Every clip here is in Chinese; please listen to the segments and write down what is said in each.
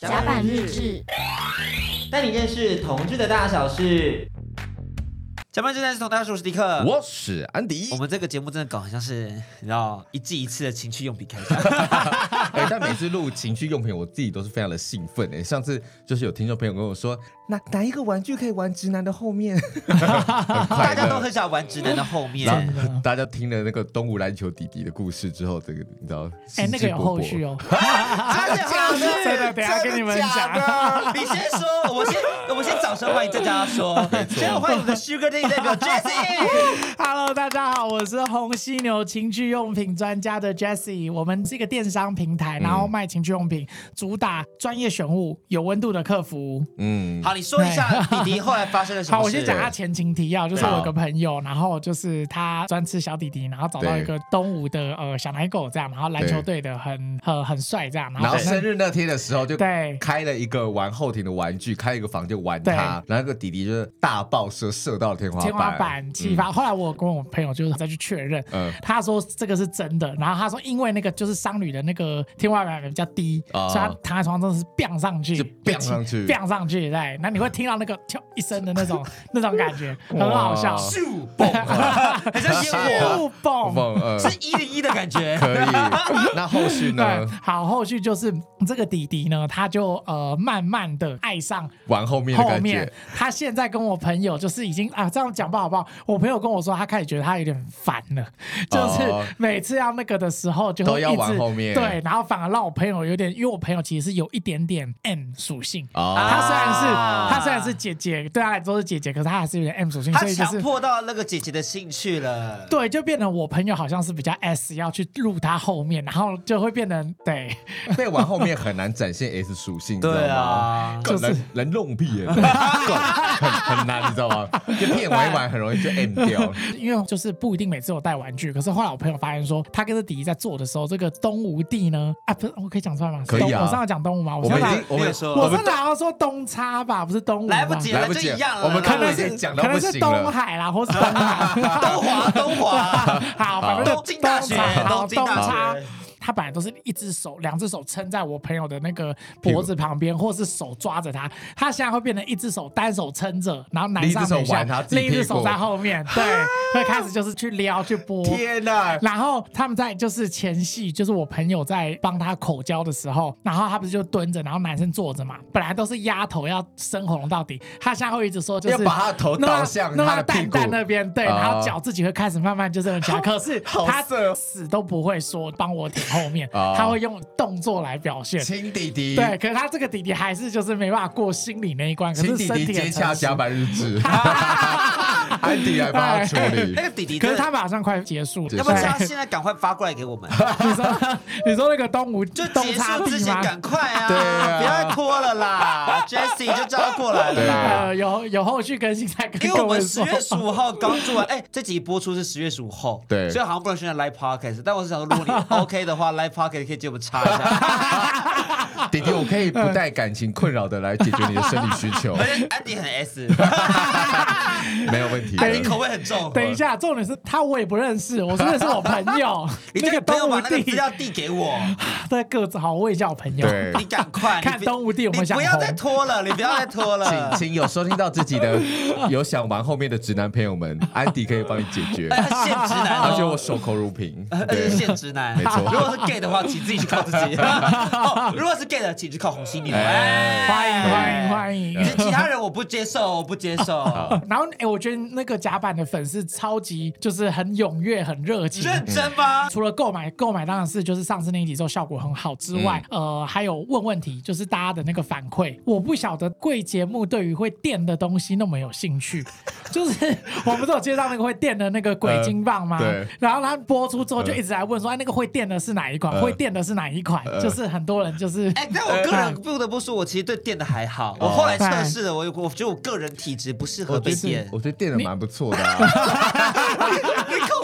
甲板日志， 带你认识同志的大小事。甲板日志是同大家说，我是迪克， 我是安迪。 我们这个节目真的搞很像是你知道一季一次的情趣用品开箱。 但每次录情趣用品，我自己都是非常的兴奋。上次就是有听众朋友跟我说，哪一个玩具可以玩直男的后面？ 大家都很想玩直男的后面。 大家听了那个东吴篮球弟弟的故事之后，这个你知道？ 那个有后续哦。 真的假的？ 真的，等一下跟你们讲。 你先说，我们先掌声欢迎，再加说。先欢迎我们的 Sugar Daddy 代表 Jessie。 Hello， 大家好，我是红犀牛情趣用品专家的 Jessie。我们是一个电商平台，然后卖情趣用品，主打专业选物、有温度的客服。 好，你说一下弟弟后来发生了什么事？ 好，我先讲他前情提要，就是我有个朋友，然后就是他专吃小弟弟，然后找到一个东吴的小奶狗这样，然后篮球队的很帅这样， 然后生日那天的时候就对开了一个玩后庭的玩具，开一个房间玩他，然后那个弟弟就是大爆射到了天花板气发。后来我跟我朋友就是再去确认，他说这个是真的，然后他说因为那个就是商旅的那个天花板比较低，所以他躺在床上真的是飙上去，飙上去，对，那你会听到那个跳一声的那种感觉，很好笑， 咻蹦，很像烟火蹦， 是101的感觉。 可以。那后续呢？ 好，后续就是这个弟弟呢，他就慢慢的爱上玩后面的感觉。 他现在跟我朋友就是已经这样讲不好不好？我朋友跟我说，他开始觉得他有点烦了，就是每次要那个的时候就会都要玩后面， 对，然后反而让我朋友有点，因为我朋友其实是有一点点 M 属性，他虽然是姐姐，对他来说是姐姐，可是他还是有点 M 属性， 他所以就是强迫到那个姐姐的兴趣了， 对，就变成我朋友好像是比较 S 要去入他后面，然后就会变成对被玩后面很难展现 S 属性， 对啊， 就是人弄屁耶，很难，你知道吗？就骗玩一玩很容易就 M 掉， 因为就是不一定每次有带玩具，可是后来我朋友发现说，他跟这弟弟在做的时候，这个东吴地呢，不是我可以讲出来吗？ 可以啊， 我上次讲东吴吗？ 我们是哪要说东差吧，不是东吴， 来不及了，就一样了。 我们可能是讲到不行了， 可能是东海啦，或是东海， 东华， 好，反正东京大学， 东差。他本来都是两只手撑在我朋友的那个脖子旁边，或是手抓着他。他现在会变成一只手单手撑着，然后男上女下，另一只手在后面，对，会开始就是去撩去拨。 天哪！ 然后他们在就是前戏，就是我朋友在帮他口交的时候，然后他不是就蹲着，然后男生坐着嘛，本来都是压头要伸喉咙到底，他现在会一直说就是要把他的头倒向他的屁股蛋那边，对，然后脚自己会开始慢慢就是很强，可是他死都不会说帮我舔后面，他会用动作来表现。 亲弟弟， 对，可是他这个弟弟还是就是没办法过心理那一关，可是身体亲弟弟接洽甲板日志，安迪来帮他处理。 那个弟弟， 可是他马上快结束了， 要不然他现在赶快发过来给我们。 你说那个东吴就结束之前赶快啊， 对啊， 不要再拖了啦 ，Jessie 就叫他过来了啦。 有后续更新再跟因为我们10月15号刚做完，这集播出是10月15号， 对， 所以好像不能选在 Live Podcast， 但我是想说，如果你 OK 的话，Live Podcast 可以借我们插一下。 弟弟，我可以不带感情困扰的来解决你的生理需求。 而且安迪很 S， 没有问题。 安迪口味很重。 等一下，重点是他我也不认识，我说的是我朋友。 你这个朋友把那个资料递给我， 对，个子好，我也叫我朋友。 你赶快看东吴地有没有想红？ 你不要再拖了，你不要再拖了。 请有收听到自己的有想玩后面的直男朋友们，安迪可以帮你解决。 现直男， 而且我守口如瓶， 对，现直男， 没错。 如果是 gay 的话，请自己去靠自己。如果是 gay 的，请去靠红犀牛。 欢迎。 其他人我不接受，我不接受。 然后我觉得那个甲板的粉丝超级就是很踊跃、很热情。 认真吗？ 除了购买当然是就是上次那一集之后效果很好之外，还有问题，就是大家的那个反馈。我不晓得贵节目对于会电的东西那么有兴趣，就是我们不是有介绍那个会电的那个鬼金棒吗？ 对。 然后他播出之后就一直来问说，哎，那个会电的是哪一款？会电的是哪一款？就是很多人就是， 但我个人不得不说，我其实对电的还好。我后来测试了，我觉得我个人体质不适合被电。 我觉得电的蛮不错的。 你口味好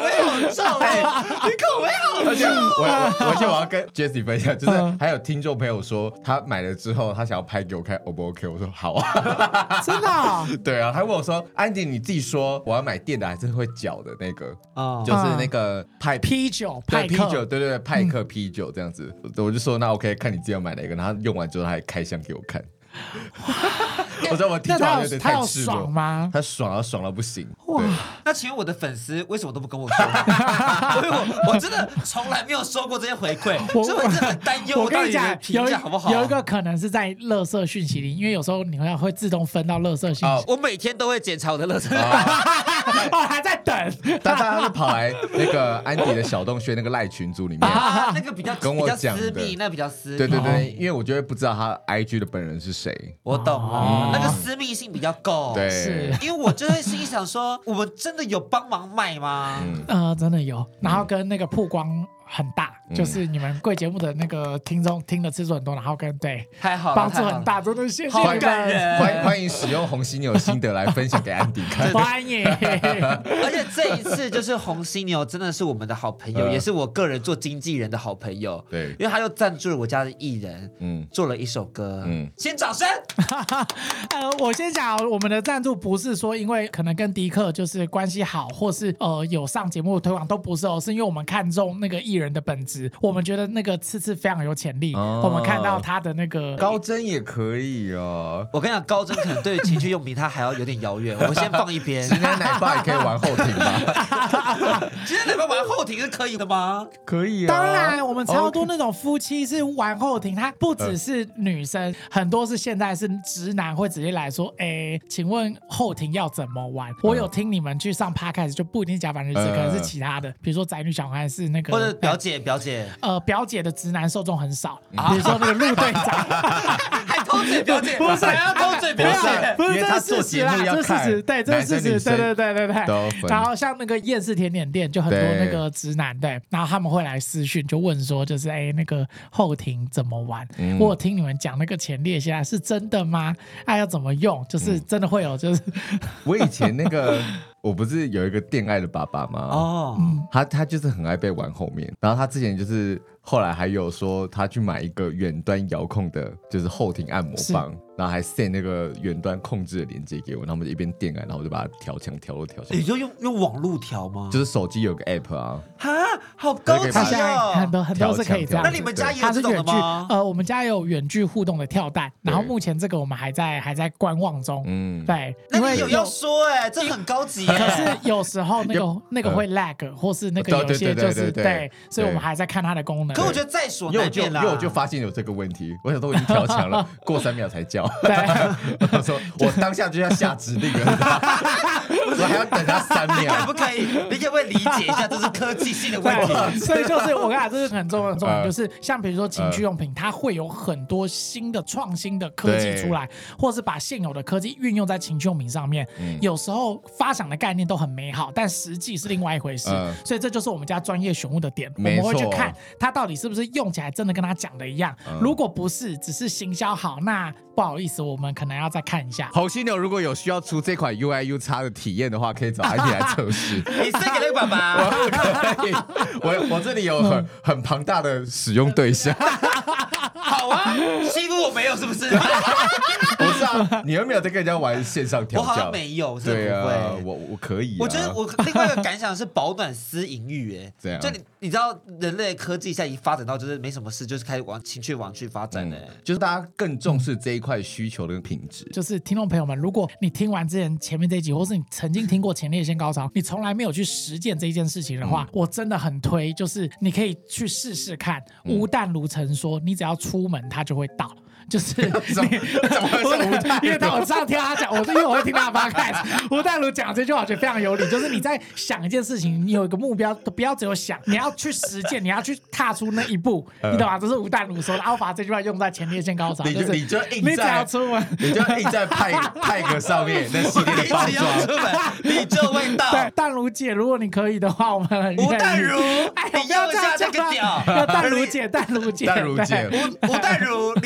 臭哦，你口味好而且我要跟 Jessie 分享，就是还有听众朋友说他买了之后，他想要拍给我看 ，O 不 OK？ 我说好啊， 真的、哦？ 对啊，他问我说，安迪你自己说我要买电的还是会搅的那个，就是那个啤酒， 对啤酒，对，派克啤酒这样子，我就说那 OK， 看你自己要买哪个，然后用完之后他还开箱给我看。我知道我听出来有点太赤裸， 他有爽吗？ 他爽到不行。哇！ 那请问我的粉丝为什么都不跟我说？我真的从来没有收过这些回馈，所以我真的很担忧。 我跟你讲， 评价好不好？ 有一个可能是在垃圾讯息里，因为有时候你会自动分到垃圾讯息。 我每天都会检查我的垃圾。 还在等。 但大家就跑来那个安迪的小洞穴那个赖群组里面， 那个比较跟我讲私密，那比较私密。 对，因为我就会不知道他 IG 的本人是谁。 我懂那个私密性比较够。 对， 是因为我就会心里想说，我们真的有帮忙卖吗？ 真的有，然后跟那个曝光很大，就是你们贵节目的那个听众听的次数很多，然后跟太好了， 帮助很大，真的谢谢你们。 欢迎使用红犀牛心得来分享给安迪看， 欢迎。 而且这一次就是红犀牛真的是我们的好朋友，也是我个人做经纪人的好朋友。 对， 因为他又赞助了我家的艺人，做了一首歌，先掌声。 我先讲，我们的赞助不是说因为可能跟迪克就是关系好，或是有上节目推广，都不是哦，是因为我们看中那个艺人的本质，我们觉得那个次非常有潜力，我们看到他的那个高真也可以哦。 我跟你讲，高真可能对情趣用品他还要有点遥远，我们先放一边。 直男奶爸也可以玩后庭吧？ 直男奶爸玩后庭是可以的吗？ 可以啊， 当然，我们超多那种夫妻是玩后庭，他不只是女生，很多是现在是直男会直接来说，请问后庭要怎么玩？我有听你们去上 podcast， 就不一定是甲板日志，可能是其他的，比如说宅女小孩是那个或者表姐， 表姐的直男受众很少，比如说那个陆队长， 还偷嘴表姐，不是还要偷嘴表姐， 不是这是事实啦， 这是事实，对，这是事实，对。然后像那个厌世甜点店，就很多那个直男，对，然后他们会来私讯，就问说，就是那个后庭怎么玩？我有听你们讲那个前列腺是真的吗？要怎么用？就是真的会有，就是我以前那个。我不是有一个恋爱的爸爸吗？他就是很爱被玩后面，然后他之前就是后来还有说他去买一个远端遥控的，就是后庭按摩棒，然后还 send 那个远端控制的链接给我，然后我们就一边电按，然后我就把它调强。 你就用网路调吗？ 就是手机有个 app 啊。 哈，好高级哦！ 很多是可以这样。 那你们家也有这种的吗？ 我们家有远距互动的跳蛋，然后目前这个我们还在观望中。对， 那你有要说这很高级。 可是有时候那个会 lag， 或是那个有些就是对，所以我们还在看它的功能。 可我觉得在所难免啦， 因为我就发现有这个问题，我想说我已经调强了，过3秒才叫。 对， 我说我当下就要下指令了，我还要等他3秒。 可不可以？你可不可以理解一下，这是科技性的问题？ 所以就是我跟你讲，这是很重要的重点，就是像比如说情趣用品，它会有很多新的创新的科技出来，或是把现有的科技运用在情趣用品上面。有时候发想的概念都很美好，但实际是另外一回事。所以这就是我们家专业选物的点，我们会去看它到底是不是用起来真的跟他讲的一样。如果不是，只是行销好，那不好意思，我们可能要再看一下。 红犀牛如果有需要出这款 UIUX 的体验的话，可以找安迪来测试。 你送给那个爸爸， 我这里有很庞大的使用对象。 好啊，欺负我没有是不是？ 不是啊，你有没有在跟人家玩线上调教？ 我好像没有， 对啊，我可以。 我觉得我另外一个感想是保暖私淫欲， 这样就你知道人类科技现在已发展到就是没什么事，就是开始往情趣网去发展就是大家更重视这一块需求的品质。 就是听众朋友们，如果你听完之前前面这一集，或是你曾经听过前列腺高潮，你从来没有去实践这一件事情的话，我真的很推，就是你可以去试试看。吴淡如曾说，你只要出门它就会到。就是怎么会是吴淡如？ 因为我上听他讲，因为我会听他的 podcast， 吴淡如讲这句话，我觉得非常有理。就是你在想一件事情，你有一个目标，不要只有想，你要去实践，你要去踏出那一步，你懂吗？这是吴淡如说的，然后把这句话用在前列腺高潮， 你就硬在， 你只要出门， 你就硬在派个上面那系列的包装， 你就会到。 对，淡如姐，如果你可以的话，我们很吴淡如，你要一下这个屌， 淡如姐， 吴淡如， 你的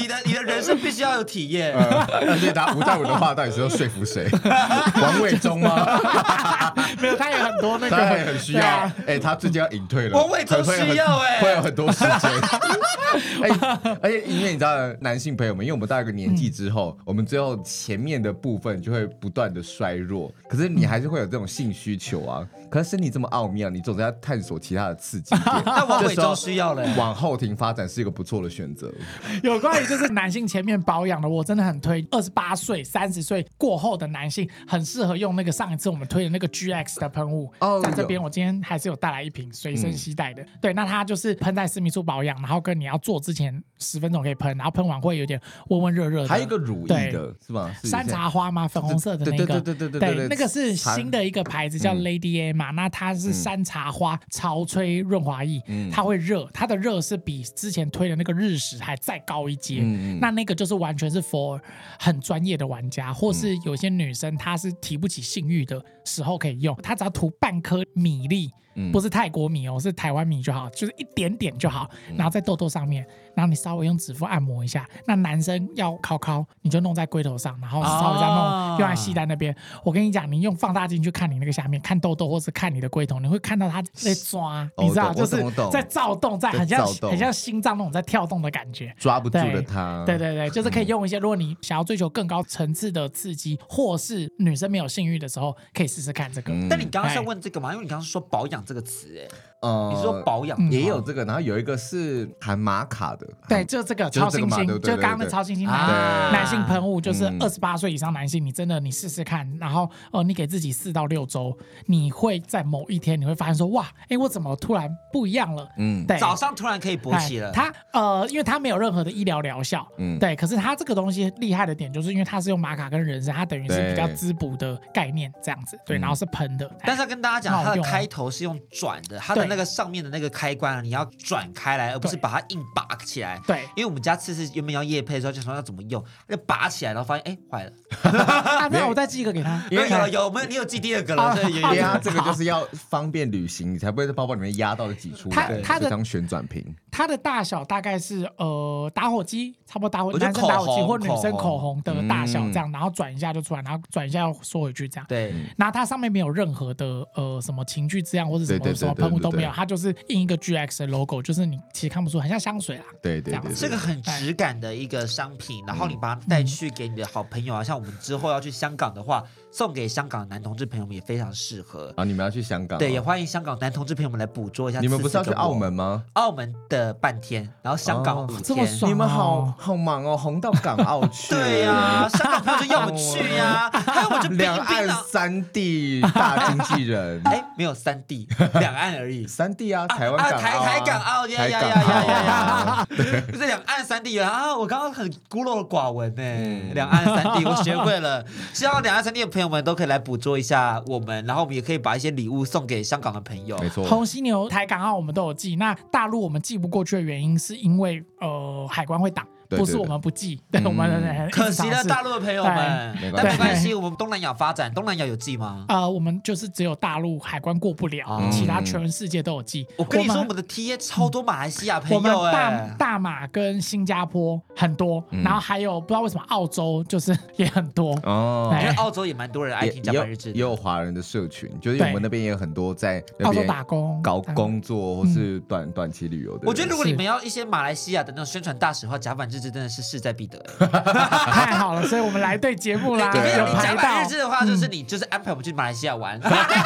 人生必须要有体验。 而且他吴淡如的话到底是要说服谁？王伟忠吗？ 没有，他也很多那个， 他也很需要。他最近要隐退了， 王伟忠需要会有很多时间。而且因为你知道，男性朋友们，因为我们到一个年纪之后，我们最后前面的部分就会不断的衰弱，可是你还是会有这种性需求啊。可是身体这么奥妙，你总是要探索其他的刺激点。 那王伟忠需要了， 往后庭发展是一个不错的选择。 有关于就是男性前面保养的，我真的很推28岁、30岁过后的男性，很适合用那个上一次我们推的那个 GX 的喷雾。在这边我今天还是有带来一瓶随身携带的。对，那它就是喷在私密处保养，然后跟你要做之前10分钟可以喷，然后喷完会有点温温热热的。 还有一个乳液的是吗？ 山茶花吗？粉红色的那个。对，那个是新的一个牌子叫 Lady A 嘛，那它是山茶花潮吹润滑液，它会热，它的热是比之前推的那个日食还再高一阶。那个就是完全是 for 很专业的玩家，或是有些女生她是提不起性欲的时候可以用，她只要涂半颗米粒。不是泰国米哦，是台湾米就好，就是一点点就好，然后在痘痘上面，然后你稍微用指腹按摩一下。那男生要敲，你就弄在龟头上，然后稍微再弄用在系带那边。我跟你讲，你用放大镜去看你那个下面，看痘痘或是看你的龟头，你会看到它在抓，你知道，就是在躁动，在很像心脏那种在跳动的感觉， 抓不住的它。 对，就是可以用一些，如果你想要追求更高层次的刺激，或是女生没有性欲的时候，可以试试看这个。 但你刚刚是要问这个吗？因为你刚刚说保养这个词，你说保养也有这个，然后有一个是含玛卡的， 对，就这个超新星，就刚刚的超新星男性喷雾，就是28岁以上男性，你真的你试试看，然后你给自己4到6周，你会在某一天你会发现说，哇，我怎么突然不一样了？对， 早上突然可以勃起了。 它因为它没有任何的医疗疗效，对，可是它这个东西厉害的点就是因为它是用玛卡跟人参，它等于是比较滋补的概念这样子，对，然后是喷的。 但是要跟大家讲，它的开头是用转的，它的那个上面的那个开关你要转开来，而不是把它硬拔起来。 对， 因为我们家次原本要业配的时候就说要怎么用，就拔起来，然后发现坏了。 那我再寄一个给他。 有，你有寄第2个了。 因为它这个就是要方便旅行，你才不会在包包里面压到挤出来。它这张旋转屏， 它的大小大概是打火机，差不多男生打火机或女生口红的大小这样，然后转一下就出来，然后转一下要缩回去这样。 对， 然后它上面没有任何的什么情趣字样或者什么喷雾都没有，它就是印一个 GX 的 logo， 就是你其实看不出，很像香水啦。 对， 这个很质感的一个商品，然后你把它带去给你的好朋友啊，像我们之后要去香港的话，送给香港的男同志朋友们也非常适合啊！你们要去香港？ 对，也欢迎香港男同志朋友们来捕捉一下。 你们不是要去澳门吗？ 澳门的半天，然后香港5天， 你们好忙哦，红到港澳去。 对呀，香港朋友就要我去呀，还有我就两岸3地大经纪人。 没有3地，2岸而已。 3地啊，台湾港澳、 台港澳呀，不是2岸3地啊！我刚刚很孤陋寡闻呢，2岸3地我学会了。希望2岸3地的朋友们都可以来捕捉一下我们，然后我们也可以把一些礼物送给香港的朋友。 没错， 红犀牛、台港澳我们都有寄，那大陆我们寄不过去的原因是因为海关会挡。不是我们不寄，对我们可惜了大陆的朋友们，但没关系，我们东南亚发展，东南亚有寄吗？ 我们就是只有大陆海关过不了，其他全世界都有寄。 我跟你说，我们的 TA 超多马来西亚朋友， 我们大马跟新加坡很多，然后还有不知道为什么澳洲就是也很多哦，因为澳洲也蛮多人爱听甲板日志， 也有华人的社群，就是我们那边也有很多在澳洲打工、 搞工作或是短期旅游的。 我觉得如果你们要一些马来西亚的那种宣传大使的话，甲板日志真的是势在必得。 太好了，所以我们来对节目啦。 有甲板日志的话，就是你就是安排我们去马来西亚玩。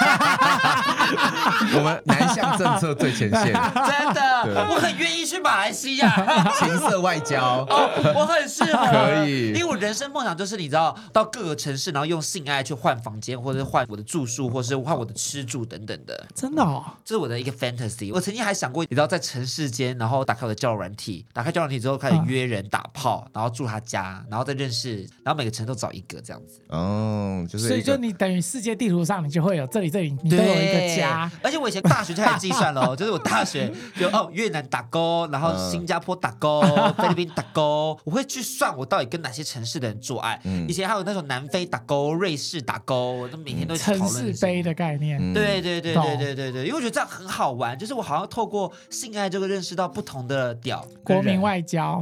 我们南向政策最前线， 真的，我很愿意去马来西亚。 情色外交， 我很适合， 可以。 因为我人生梦想就是你知道，到各个城市，然后用性爱去换房间，或者换我的住宿，或是换我的吃住等等的。 真的哦， 这是我的一个 fantasy。我曾经还想过，你知道，在城市间，然后打开我的交友软体，打开交友软体之后开始约人打炮，然后住他家，然后再认识，然后每个城都找一个这样子。 哦，就是所以就你等于世界地图上你就会有这里你都有一个家。 而且我以前大学就开始计算了，就是我大学就越南打勾，然后新加坡打勾，菲律宾打勾，我会去算我到底跟哪些城市的人做爱。以前还有那种南非打勾、瑞士打勾，那每天都讨论城市杯的概念。 对，因为我觉得这样很好玩，就是我好像透过性爱这个认识到不同的屌。 国民外交呀，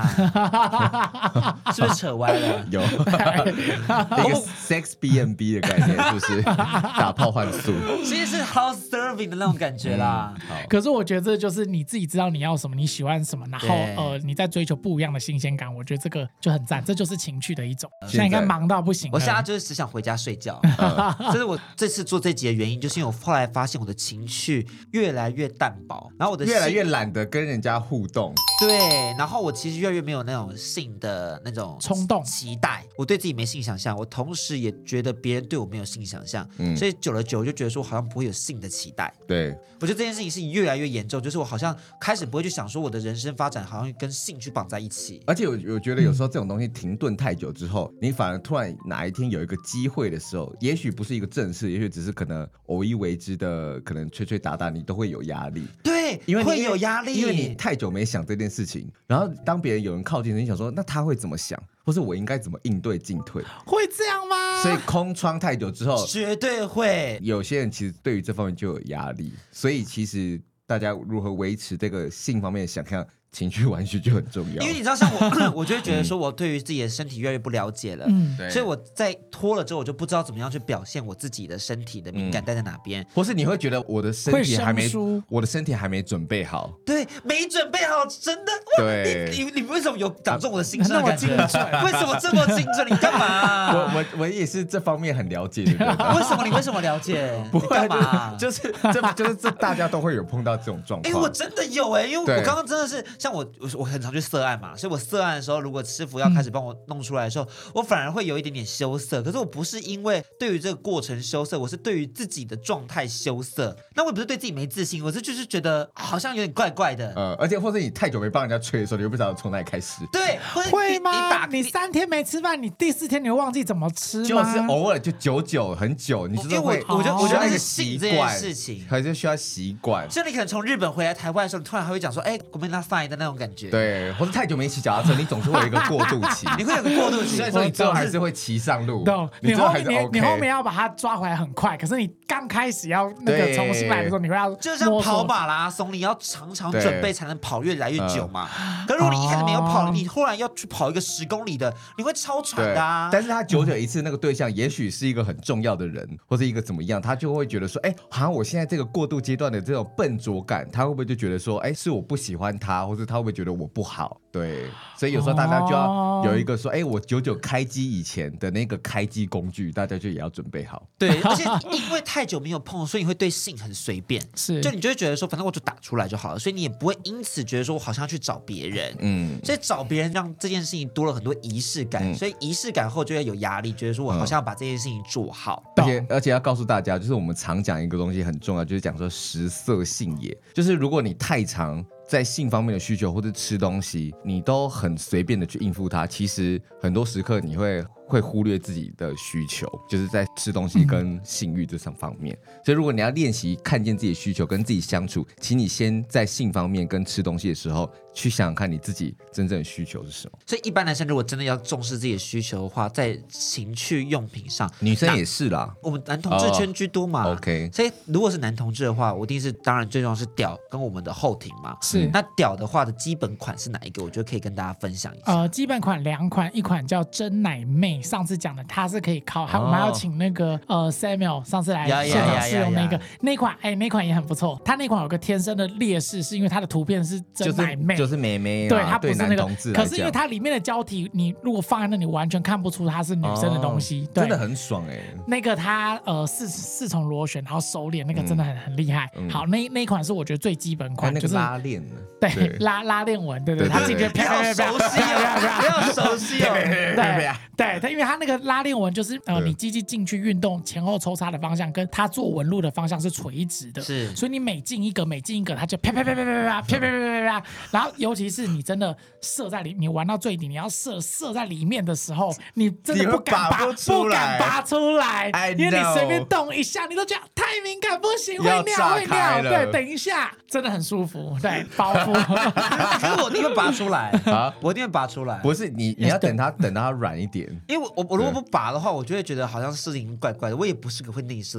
是不是扯歪了？ 有一个 sex B&B 的概念，是不是打炮换宿？ 其实是 house serving 的那种感觉啦。 可是我觉得这就是你自己知道你要什么，你喜欢什么，然后你在追求不一样的新鲜感，我觉得这个就很赞，这就是情趣的一种。现在应该忙到不行了， 我现在就是只想回家睡觉。这是我这次做这集的原因，就是因为我后来发现我的情绪越来越淡薄，然后我的越来越懒得跟人家互动。 对，然后我其实越来越没有那种性的那种冲动、 期待，我对自己没性想象，我同时也觉得别人对我没有性想象，所以久了久我就觉得说我好像不会有性的期待。 对， 我觉得这件事情是越来越严重，就是我好像开始不会去想说我的人生发展好像跟性去绑在一起。 而且我觉得有时候这种东西停顿太久之后，你反而突然哪一天有一个机会的时候，也许不是一个正式，也许只是可能偶一为之的，可能吹吹打打，你都会有压力。 对，因为会有压力， 因为你太久没想这件事情，然后当别人有人靠近，你想说那他会怎么想，或是我应该怎么应对进退？ 会这样吗？ 所以空窗太久之后， 绝对会。 有些人其实对于这方面就有压力，所以其实大家如何维持这个性方面的想象。情绪玩具就很重要， 因为你知道，像我，我就会觉得说，我对于自己的身体越来越不了解了，所以我在脱了之后，我就不知道怎么样去表现我自己的身体的敏感带在哪边， 或是你会觉得我的身体还没准备好， 对，没准备好，真的， 对， 你为什么有打中我的心声的感觉？为什么这么精准？你干嘛？ 我也是这方面很了解的人， 你为什么了解？ 不会干嘛？就是这大家都会有碰到这种状况。 我真的有因为我刚刚真的是。像我很常去色案嘛，所以我色案的时候，如果师傅要开始帮我弄出来的时候，我反而会有一点点羞涩。可是我不是因为对于这个过程羞涩，我是对于自己的状态羞涩。那我也不是对自己没自信，我是就是觉得好像有点怪怪的。 而且或者你太久没帮人家吹的时候，你又不知道从哪里开始。 对， 会吗？你3天没吃饭，你第4天你会忘记怎么吃吗？ 就是偶尔就久很久，你就是会， 我觉得那是性这件事情， 还是需要习惯。 就你可能从日本回来台湾的时候，你突然还会讲说，ごめんなさい的那种感觉。 对，或者太久没骑脚踏车，你总是会有一个过渡期。 你会有个过渡期， 虽然说你最后还是会骑上路， 你后面要把它抓回来很快，可是你刚开始要那个重新来的时候，你会要就像跑马拉松，你要常常准备才能跑越来越久嘛。可是如果你一开始没有跑，你忽然要去跑一个10公里的，你会超喘的啊。 但是他久一次那个对象，也许是一个很重要的人，或者一个怎么样，他就会觉得说，好像我现在这个过渡阶段的这种笨拙感，他会不会就觉得说，是我不喜欢他，或者他会不会觉得我不好？对，所以有时候大家就要有一个说，我久开机以前的那个开机工具，大家就也要准备好。 对，而且因为太久没有碰，所以你会对性很随便，就你就会觉得说，反正我就打出来就好了，所以你也不会因此觉得说我好像要去找别人，所以找别人让这件事情多了很多仪式感，所以仪式感后就会有压力，觉得说我好像要把这件事情做好。 而且要告诉大家，就是我们常讲一个东西很重要，就是讲说食色性也，就是如果你太常在性方面的需求或者吃东西，你都很随便的去应付它，其实很多时刻你会忽略自己的需求，就是在吃东西跟性欲这方面。所以如果你要练习看见自己的需求跟自己相处，请你先在性方面跟吃东西的时候去想想看你自己真正的需求是什么。 所以一般男生如果真的要重视自己的需求的话，在情趣用品上， 女生也是啦， 我们男同志圈居多嘛。 OK， 所以如果是男同志的话，我一定是当然最重要是屌跟我们的后庭嘛。 是。 那屌的话的基本款是哪一个？我觉得可以跟大家分享一下。 基本款2款，一款叫真奶妹，上次讲的它是可以靠，我们还要请那个Samuel 上次来现场试用那款，那款也很不错。它那款有个天生的劣势，是因为它的图片是真奶妹， 就是妹妹， 对，它不是那个。 可是因为它里面的胶体，你如果放在那里，完全看不出它是女生的东西，对， 真的很爽那个它4重螺旋，然后手链那个真的很厉害。好，那一款是我觉得最基本款，就是拉链的， 对，拉链纹，对，它进去不要熟悉哦，不要熟悉哦， 对，它因为它那个拉链纹就是你机器进去运动前后抽插的方向跟它做纹路的方向是垂直的， 是， 所以你每进一个，它就啪，然后尤其是你真的射在里，你玩到最底，你要射在里面的时候，你真的不敢拔出来，因为你随便动一下，你都觉得太敏感，不行，会尿，对，等一下真的很舒服，对，包覆。 可是我一定会拔出来啊！我一定会拔出来。 不是你要等它软一点， 因为我如果不拔的话，我就会觉得好像事情怪怪的。我也不是个会内射的人。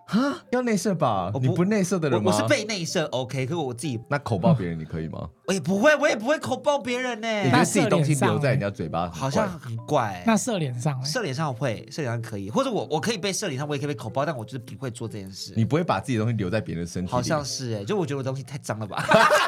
哈，要内射吧？你不内射的人吗？ 我是被内射 OK， 可是我自己那口爆别人你可以吗？ 我也不会口爆别人呢。 你觉得自己东西留在人家嘴巴好像很怪。 那射脸上， 射脸上会，射脸上可以，或者我可以被射脸上，我也可以被口爆，但我就是不会做这件事。 你不会把自己的东西留在别人的身体里？ 好像是就我觉得我的东西太脏了吧。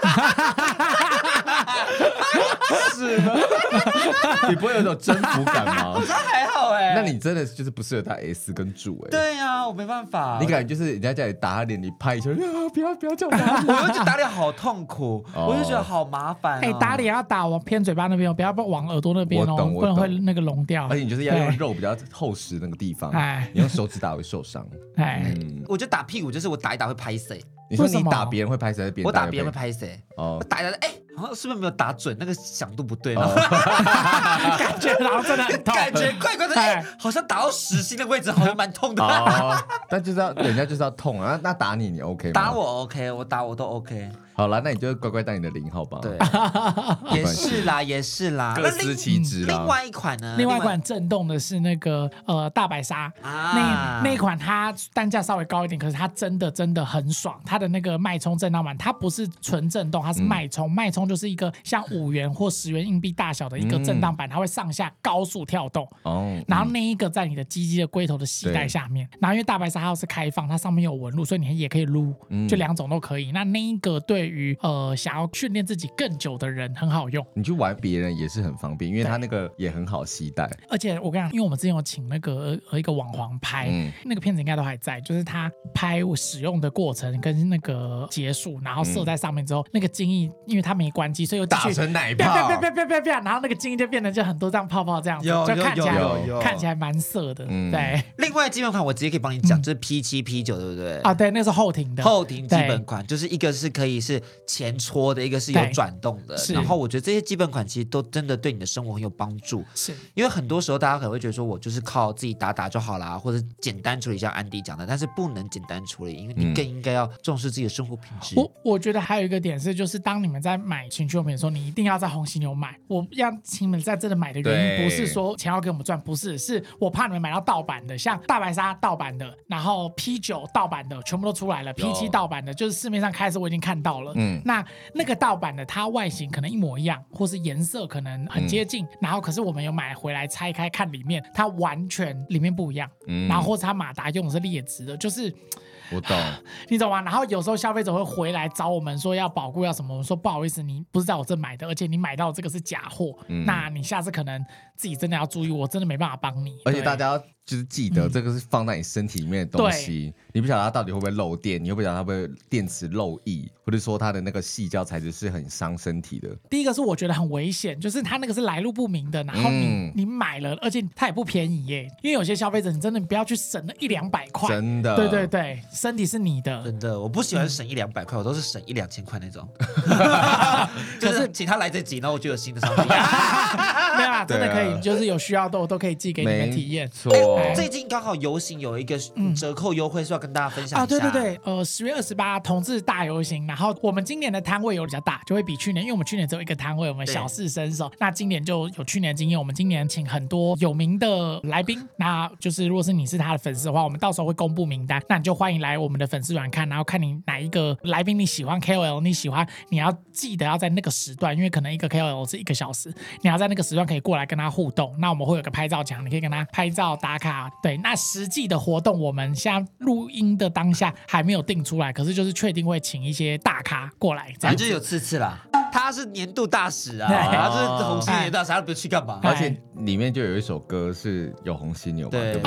是吗？你不会有一种征服感吗？ 他还好那你真的就是不适合打 S 跟柱对啊，我没办法。 你感觉就是人家叫你打他脸，你拍一下，不要叫我打脸， 我就觉得打脸好痛苦，我就觉得好麻烦。 打脸要打往偏嘴巴那边，不要往耳朵那边哦，不然会那个聋掉。 而且你就是要用肉比较厚实那个地方，你用手指打会受伤。 我觉得打屁股就是我打一打会拍谁。 你说你打别人会拍谁？还是别人？ 我打别人会拍谁？我打一打，好像是不是没有打准？那个响度不对， 感觉然后真的很痛， 感觉怪怪的，好像打到实心的位置，好像蛮痛的。 但就是要人家就是要痛啊，那打你 OK 吗？ 打我 OK， 我打我都 OK。 好啦，那你就乖乖当你的0号吧。 对，也是啦， 各司其职啦。 另外一款呢？ 另外一款震动的是那个大白鲨那一款，它单价稍微高一点，可是它真的很爽。它的那个脉冲震荡板，它不是纯震动，它是脉冲。脉冲就是一个像5元或10元硬币大小的一个震荡板，它会上下高速跳动。然后那一个在你的鸡鸡的龟头的系带下面。然后因为大白鲨它是开放，它上面有纹路，所以你也可以撸，就2种都可以。那一个对于想要训练自己更久的人很好用， 你去玩别人也是很方便，因为它那个也很好携带。 而且我跟你讲，因为我们之前有请那个一个网黄拍，那个片子应该都还在，就是他拍使用的过程跟那个结束，然后射在上面之后，那个精液因为它没关机，所以又打成奶泡， 然后那个精液就变得就很多这样泡泡这样子，就看起来蛮色的。对， 另外基本款我直接可以帮你讲，就是 P7、P9，对不对？ 对，那是后庭的后庭基本款，就是一个是可以是前戳的，一个是有转动的。然后我觉得这些基本款其实都真的对你的生活很有帮助， 是因为很多时候大家可能会觉得说我就是靠自己打就好啦，或者简单处理像安迪讲的，但是不能简单处理，因为你更应该要重视自己的生活品质。 我觉得还有一个点是，就是当你们在买情趣用品的时候，你一定要在红犀牛买。我要请你们在这里买的原因，不是说钱要给我们赚，不是，是我怕你们买到盗版的，像大白鲨盗版的，然后 P9 盗版的，全部都出来了。P7 盗版的，就是市面上开始我已经看到了。那个盗版的，它外形可能一模一样，或是颜色可能很接近，然后可是我们有买回来拆开看里面，它完全里面不一样。然后或者它马达用的是劣质的，就是我懂， 你懂吗？然后有时候消费者会回来找我们说要保固要什么，我们说不好意思，你不是在我这买的，而且你买到这个是假货，那你下次可能自己真的要注意，我真的没办法帮你。 而且大家就是记得这个是放在你身体里面的东西，你不晓得它到底会不会漏电，你又不晓得它会不会电池漏液，或者说它的那个矽胶材质是很伤身体的。 第一个是我觉得很危险，就是它那个是来路不明的，然后你买了，而且它也不便宜耶，因为有些消费者你真的不要去省那100-200块，真的，对，身体是你的， 真的，我不喜欢省100-200块，我都是省1-2000块那种，就是请他来这集，然后我就有新的商品。 没有啦，真的可以，就是有需要都可以寄给你们体验。 最近刚好游行有一个折扣优惠，是要跟大家分享一下。 对，10月28同志大游行，然后我们今年的摊位有比较大，就会比去年，因为我们去年只有一个摊位，我们小试身手。那今年就有去年的经验，我们今年请很多有名的来宾，那就是如果是你是他的粉丝的话，我们到时候会公布名单，那你就欢迎来我们的粉丝团看，然后看你哪一个来宾你喜欢 KOL 你喜欢，你要记得要在那个时段，因为可能一个 KOL 是1个小时，你要在那个时段可以过来跟他互动。那我们会有个拍照墙，你可以跟他拍照打卡。对，那实际的活动我们现在录音的当下还没有定出来，可是就是确定会请一些大咖过来， 反正就有次啦。他是年度大使啊，他是红犀牛大使，他不是去干嘛？ 而且里面就有一首歌是有红犀牛嘛， 对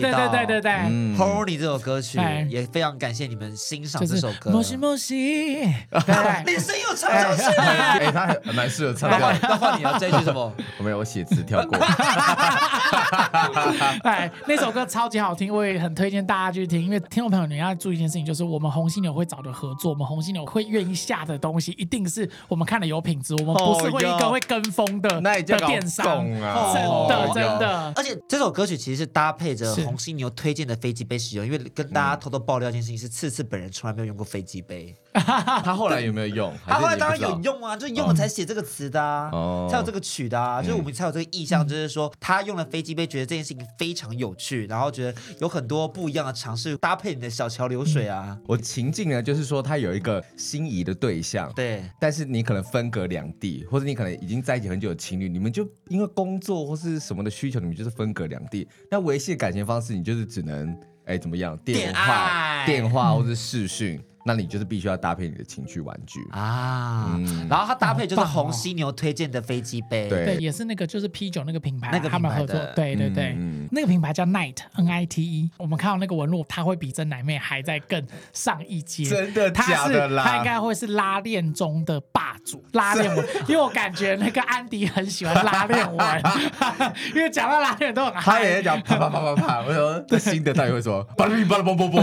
《Horny》这首歌曲也非常感谢你们欣赏这首歌。 莫西莫西， 你声音有唱上去， 他很蛮适合唱的。 那换你啊，这一句什么？ 我没有，我写词跳过。 那首歌超级好听，我也很推荐大家去听。因为听众朋友你要注意一件事情，就是我们红犀牛会找的合作，我们红犀牛会愿意下的东西，一定是我们看了有品质，我们不是会一个会跟风的电商，真的。 而且这首歌曲其实是搭配着红犀牛推荐的飞机杯使用，因为跟大家偷偷爆料一件事情是，次本人从来没有用过飞机杯。 他后来有没有用？ 他后来当然有用啊，就是用了才写这个词的啊，才有这个曲的啊，就是我们才有这个意向，就是说他用了飞机杯，觉得这件事情非常有趣，然后觉得有很多不一样的尝试，搭配你的小桥流水啊。 我情境呢，就是说他有一个心仪的对象， 对， 但是你可能分隔两地，或者你可能已经在一起很久的情侣，你们就因为工作或是什么的需求，你们就是分隔两地。那维系感情方式，你就是只能怎么样？电话或是视讯。那你就是必须要搭配你的情趣玩具啊，然后它搭配就是红犀牛推荐的飞机杯， 对，也是那个就是 P9那个品牌， 那个他们合作，对，那个品牌叫 NITE， 我们看到那个纹路，它会比真奶妹还在更上一阶， 真的假的啦？ 它应该会是拉链中的霸主，拉链纹，因为我感觉那个安迪很喜欢拉链纹，因为讲到拉链都很嗨， 他也在讲啪啪啪啪啪，我说这新的他也会说巴拉巴拉啵啵啵。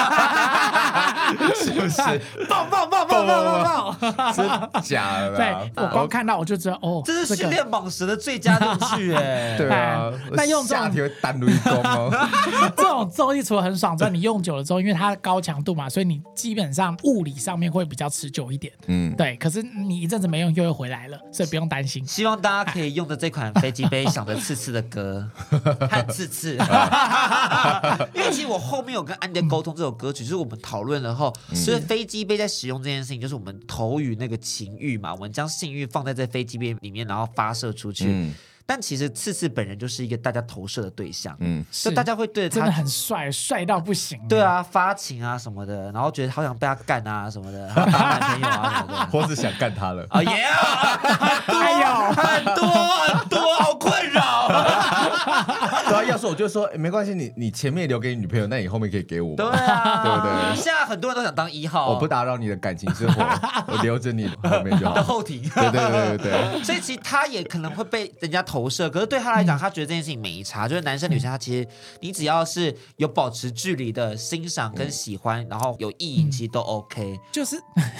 是不是爆， 真假的？ 对，我光看到我就知道哦， 这是训练蟒蛇的最佳道具哎。 对啊， 那用下体会单撸一弓哦。 这种东西除了很爽之外，你用久了之后，因为它高强度嘛，所以你基本上物理上面会比较持久一点。对。可是你一阵子没用，又会回来了，所以不用担心。 希望大家可以用的这款飞机杯想着刺刺的歌，和刺刺。因为其实我后面有跟安迪沟通这首歌曲，就是我们讨论了后，所以飞机杯在使用这件事情，就是我们投予那个情欲嘛，我们将性欲放在这飞机杯里面，然后发射出去。但其实刺刺本人就是一个大家投射的对象，所以大家会对他真的很帅，帅到不行。 对啊，发情啊什么的，然后觉得好想被他干啊什么的，他男朋友啊什么的， 或是想干他了啊也很多，好困扰。 对啊，要说我就说没关系，你前面留给你女朋友，那你后面可以给我。 对啊， 对不对？ 现在很多人都想当1号， 我不打扰你的感情生活，我留着你后面就好。 的后庭。 对。 所以其实他也可能会被人家投射，可是对他来讲，他觉得这件事情没差，就是男生女生，他其实你只要是有保持距离的欣赏跟喜欢，然后有意淫，其实都 OK。 就是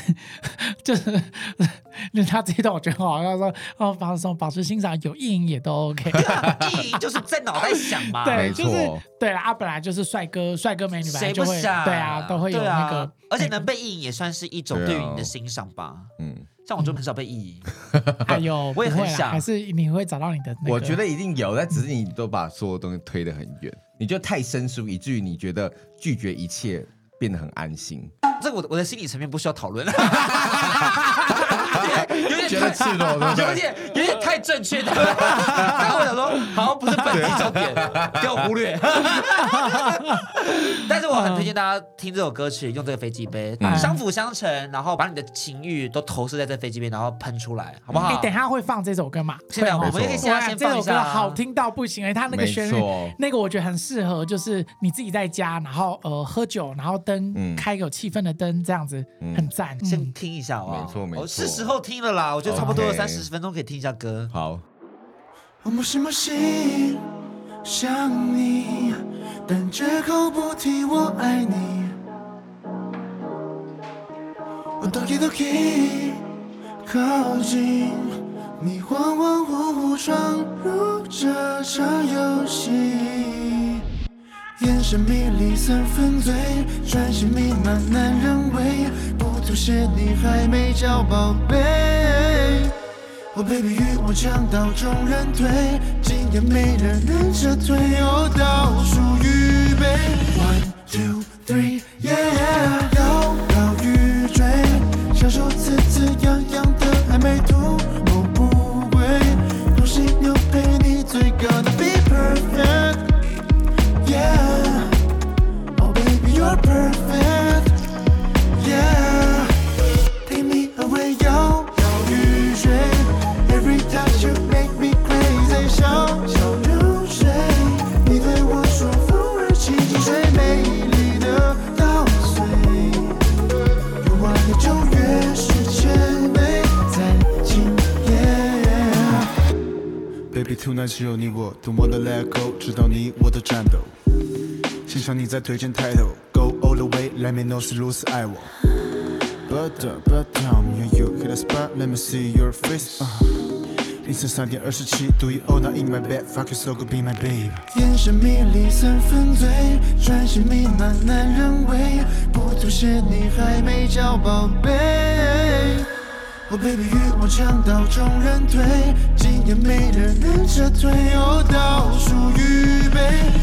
他这一段我觉得很好笑，说保持欣赏，有意淫也都 OK。 意淫就是在脑袋想嘛， 对，就是对啦，本来就是帅哥美女， 谁不想？ 对啊，都会有那个， 而且能被意淫也算是一种对于你的欣赏吧。像我就很少被意淫。 哎呦， 我也很想， 还是你会找到你的那个？ 我觉得一定有，但只是你都把所有东西推得很远，你就太生疏，以至于你觉得拒绝一切变得很安心。 这个我的心理层面不需要讨论。 有点觉得赤裸， 有点太正确的。但我想说，好像不是本期重点，给我忽略。但是我很推荐大家听这首歌曲，用这个飞机杯，相辅相成，然后把你的情欲都投射在这飞机杯，然后喷出来，好不好？ 等一下会放这首歌嘛？ 现在我们也可以先放一下。 这首歌好听到不行，它那个旋律，那个我觉得很适合，就是你自己在家，然后喝酒，然后灯开有气氛的灯，这样子很赞。 先听一下好不好？ 没错， 是时候听了啦，我觉得差不多有30分钟可以听一下歌。 好。 我是默信想你，但绝口不提我爱你。我doki靠近你，恍恍惚惚闯入这场游戏。眼神迷离3分醉，专心弥漫难人味，不凸显你还没叫宝贝。Oh baby， 与我抢到众人推，今夜没人能撤退，倒数预备 1 2 3 yeah， 摇摇欲坠，享受次次样样的暧昧，图谋不轨，红犀牛陪你最高的 be perfect yeah。 Oh baby you're perfect yeah， take me away 摇摇欲坠，Every touch you make me crazy， 小小流水，你对我说风儿起劲最美丽的稻穗，用完的9月是千美在今夜。Baby tonight 只有你我，Don't wanna let go， 直到你我的战斗，欣赏你在推荐抬头 ，Go all the way，Let me know 是如此爱我。But tell me you hit a spot, let me see your face。凌晨3点27度，You all night in my bed, fuck you so good, be my babe。眼神迷离3分醉，专心弥漫男人味，不凸显你还没叫宝贝。Oh baby， 与我抢到众人推，今夜没人能撤退，倒数预备。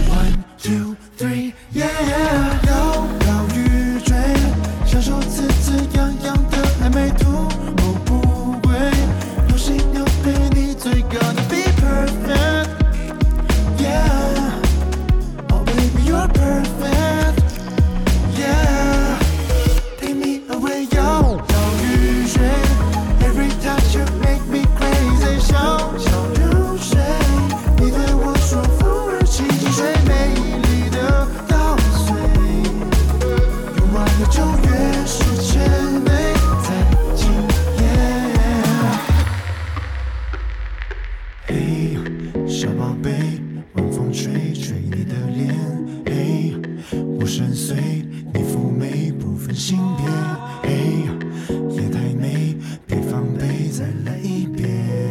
吹吹你的脸，我深邃，你妩媚不分性别，夜太美，别防备，再来一遍。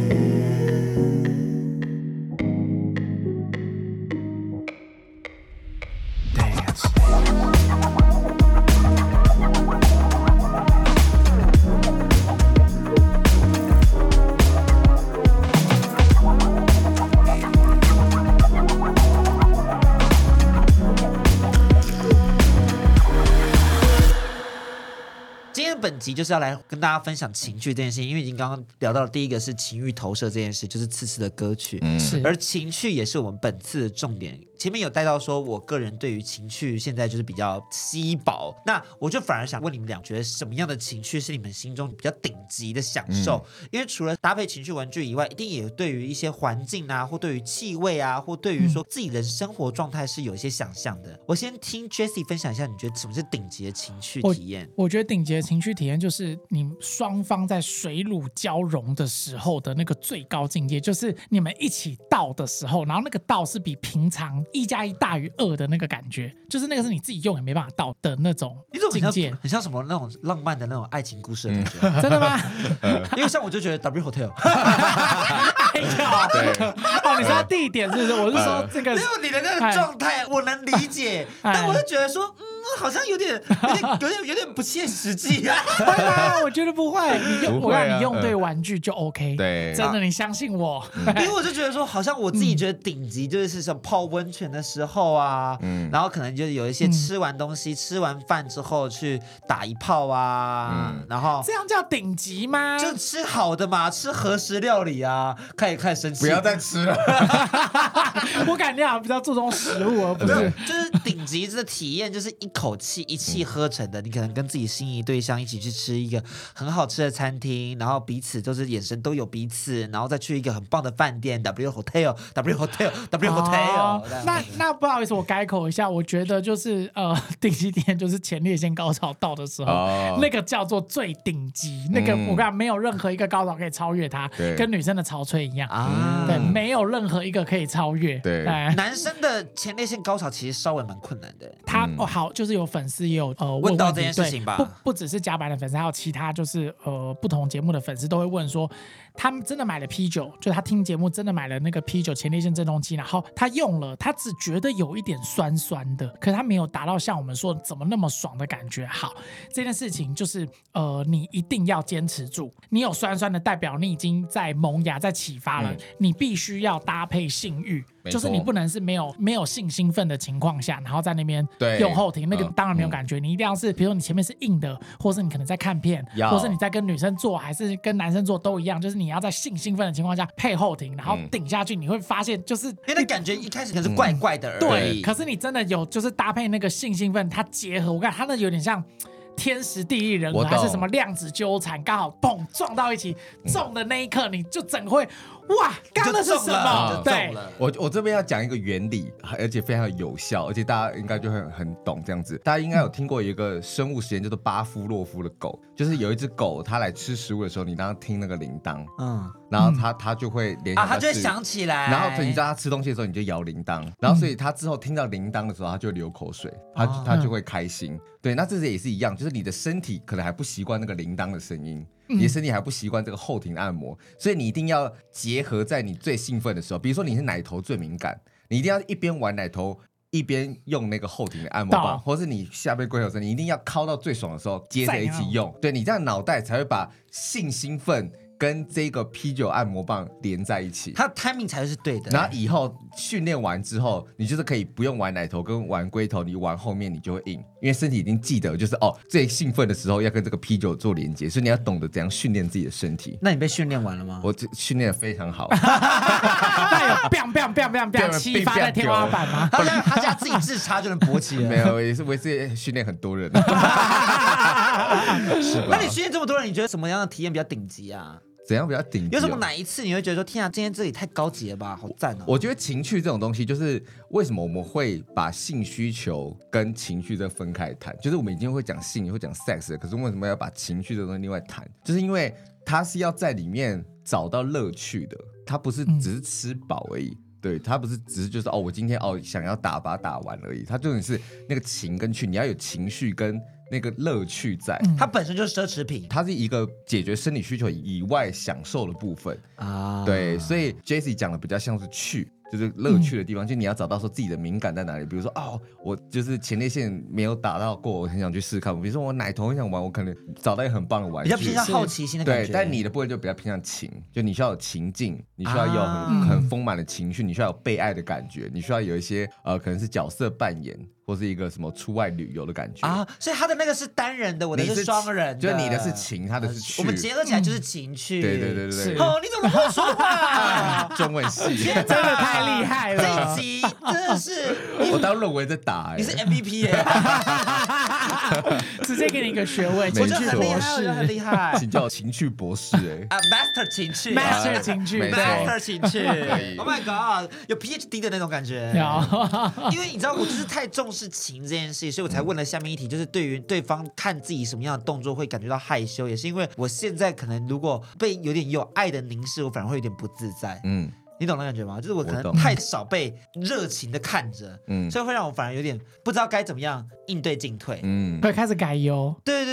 本集就是要来跟大家分享情趣这件事情，因为已经刚刚聊到了第一个是情欲投射这件事，就是次次的歌曲，而情趣也是我们本次的重点。前面有带到说，我个人对于情趣现在就是比较稀薄，那我就反而想问你们俩，觉得什么样的情趣是你们心中比较顶级的享受？因为除了搭配情趣玩具以外，一定也对于一些环境啊，或对于气味啊，或对于说自己的生活状态是有一些想象的。我先听 Jessie 分享一下，你觉得什么是顶级的情趣体验？ 我觉得顶级的情趣体验就是你双方在水乳交融的时候的那个最高境界，就是你们一起倒的时候，然后那个倒是比平常1+1大于2的那个感觉，就是那个是你自己用也没办法倒的那种境界， 很像什么那种浪漫的那种爱情故事的感觉。 真的吗？ 因为像我就觉得 W Hotel 哎呦，哦，你说地点是不是？我是说这个， 因为你的那个状态我能理解，但我就觉得说，好像有点不切实际啊。 会吗？我觉得不会，我让你用对玩具就 OK。 对， 真的，你相信我。 因为我就觉得说，好像我自己觉得顶级就是像泡温泉的时候啊，然后可能就有一些吃完东西、吃完饭之后去打一炮啊，然后这样叫顶级吗？ 就吃好的嘛，吃和食料理啊，开始生气， 不要再吃了。 我感觉好像比较注重食物，而不是就是顶级的体验，就是一口气一气呵成的。你可能跟自己心仪对象一起去吃一个很好吃的餐厅，然后彼此就是眼神都有彼此，然后再去一个很棒的饭店 W Hotel。 那不好意思，我改口一下，我觉得就是顶级体验就是前列腺高潮到的时候，那个叫做最顶级。那个我看没有任何一个高潮可以超越它，跟女生的潮吹一样啊，对，没有任何一个可以超越。 对， 男生的前列腺高潮其实稍微蛮困难的。 他好，就是有粉丝也有问到这件事情吧， 不只是甲板的粉丝，还有其他就是不同节目的粉丝都会问说，他们真的买了P9，就是他听节目真的买了那个P9前列腺振动器，然后他用了，他只觉得有一点酸酸的，可是他没有达到像我们说怎么那么爽的感觉。好，这件事情就是你一定要坚持住，你有酸酸的代表你已经在萌芽在启发了，你必须要搭配性欲，就是你不能是没有性兴奋的情况下，然后在那边用后庭，那个当然没有感觉。你一定要是，比如说你前面是硬的，或是你可能在看片，或是你在跟女生做，还是跟男生做都一样，就是你要在性兴奋的情况下配后庭，然后顶下去，你会发现就是因为感觉一开始可能是怪怪的而已， 对，可是你真的有就是搭配那个性兴奋，它结合，我看它那有点像天时地利人和，还是什么量子纠缠，刚好砰撞到一起，中的那一刻你就整会哇，刚刚那是什么？对， 我这边要讲一个原理，而且非常有效，而且大家应该就很懂这样子。大家应该有听过一个生物实验，叫做巴夫洛夫的狗，就是有一只狗，它来吃食物的时候，你让它听那个铃铛，然后它就会联想， 它就会想起来， 然后你知道它吃东西的时候，你就摇铃铛，然后所以它之后听到铃铛的时候，它就会流口水，它就会开心。对，那这也是一样，就是你的身体可能还不习惯那个铃铛的声音。你的身体还不习惯这个后庭的按摩，所以你一定要结合在你最兴奋的时候，比如说你是奶头最敏感，你一定要一边玩奶头一边用那个后庭的按摩棒，或是你下边龟头针，你一定要敲到最爽的时候接着一起用，对，你这样脑袋才会把性兴奋跟这个P9按摩棒连在一起， 它的 timing 才是对的。 然后以后训练完之后，你就是可以不用玩奶头跟玩龟头，你玩后面你就会硬，因为身体已经记得，就是最兴奋的时候要跟这个P9做连接，所以你要懂得怎样训练自己的身体。 那你被训练完了吗？ 我训练得非常好。 那有 biang 启发在天花板吗？ 他家自己自插就能勃起了？ 没有，我也是训练很多人。是吧？ 那你训练这么多人，你觉得什么样的体验比较顶级啊？ 怎样比较顶级？ 有什么哪一次你会觉得说，天啊，今天这里太高级了吧，好赞哦！ 我觉得情趣这种东西，就是为什么我们会把性需求跟情绪这分开谈？就是我们已经会讲性，会讲 sex 了，可是为什么要把情绪这东西另外谈？就是因为它是要在里面找到乐趣的，它不是只是吃饱而已。 对，它不是只是就是我今天想要把它打完而已，它重点是那个情跟趣，你要有情绪跟那个乐趣在， 它本身就是奢侈品， 它是一个解决生理需求以外享受的部分啊。对，所以 Jessie 讲的比较像是趣。就是乐趣的地方，就你要找到说自己的敏感在哪里。比如说我就是前列腺没有打到过，我很想去试看。比如说我奶头很想玩，我可能找到一个很棒的玩具， 比较偏向好奇心的感觉。 对，但你的部分就比较偏向情，就你需要有情境，你需要有很丰满的情绪，你需要有被爱的感觉，你需要有一些可能是角色扮演。或是一个什么出外旅游的感觉啊，所以他的那个是单人的，我的是双人的， 就是你的是情，他的是趣， 我们结合起来就是情趣。 对。 哦，你怎么会说话？ 中文系真的太厉害了， 这一集真的是我当论文在打， 你是 MVP 直接给你一个学位， 情趣博士，很厉害， 请叫情趣博士 Master 情趣 ，Master 情趣 ，Master 情趣 ，Oh my God， 有 PhD 的那种感觉，因为你知道我就是太重视情这件事，所以我才问了下面一题，就是对于对方看自己什么样的动作会感觉到害羞，也是因为我现在可能如果被有点有爱的凝视，我反而会有点不自在。你懂那感觉吗？就是我可能太少被热情的看着，所以会让我反而有点不知道该怎么样应对进退， 会开始改优。 对，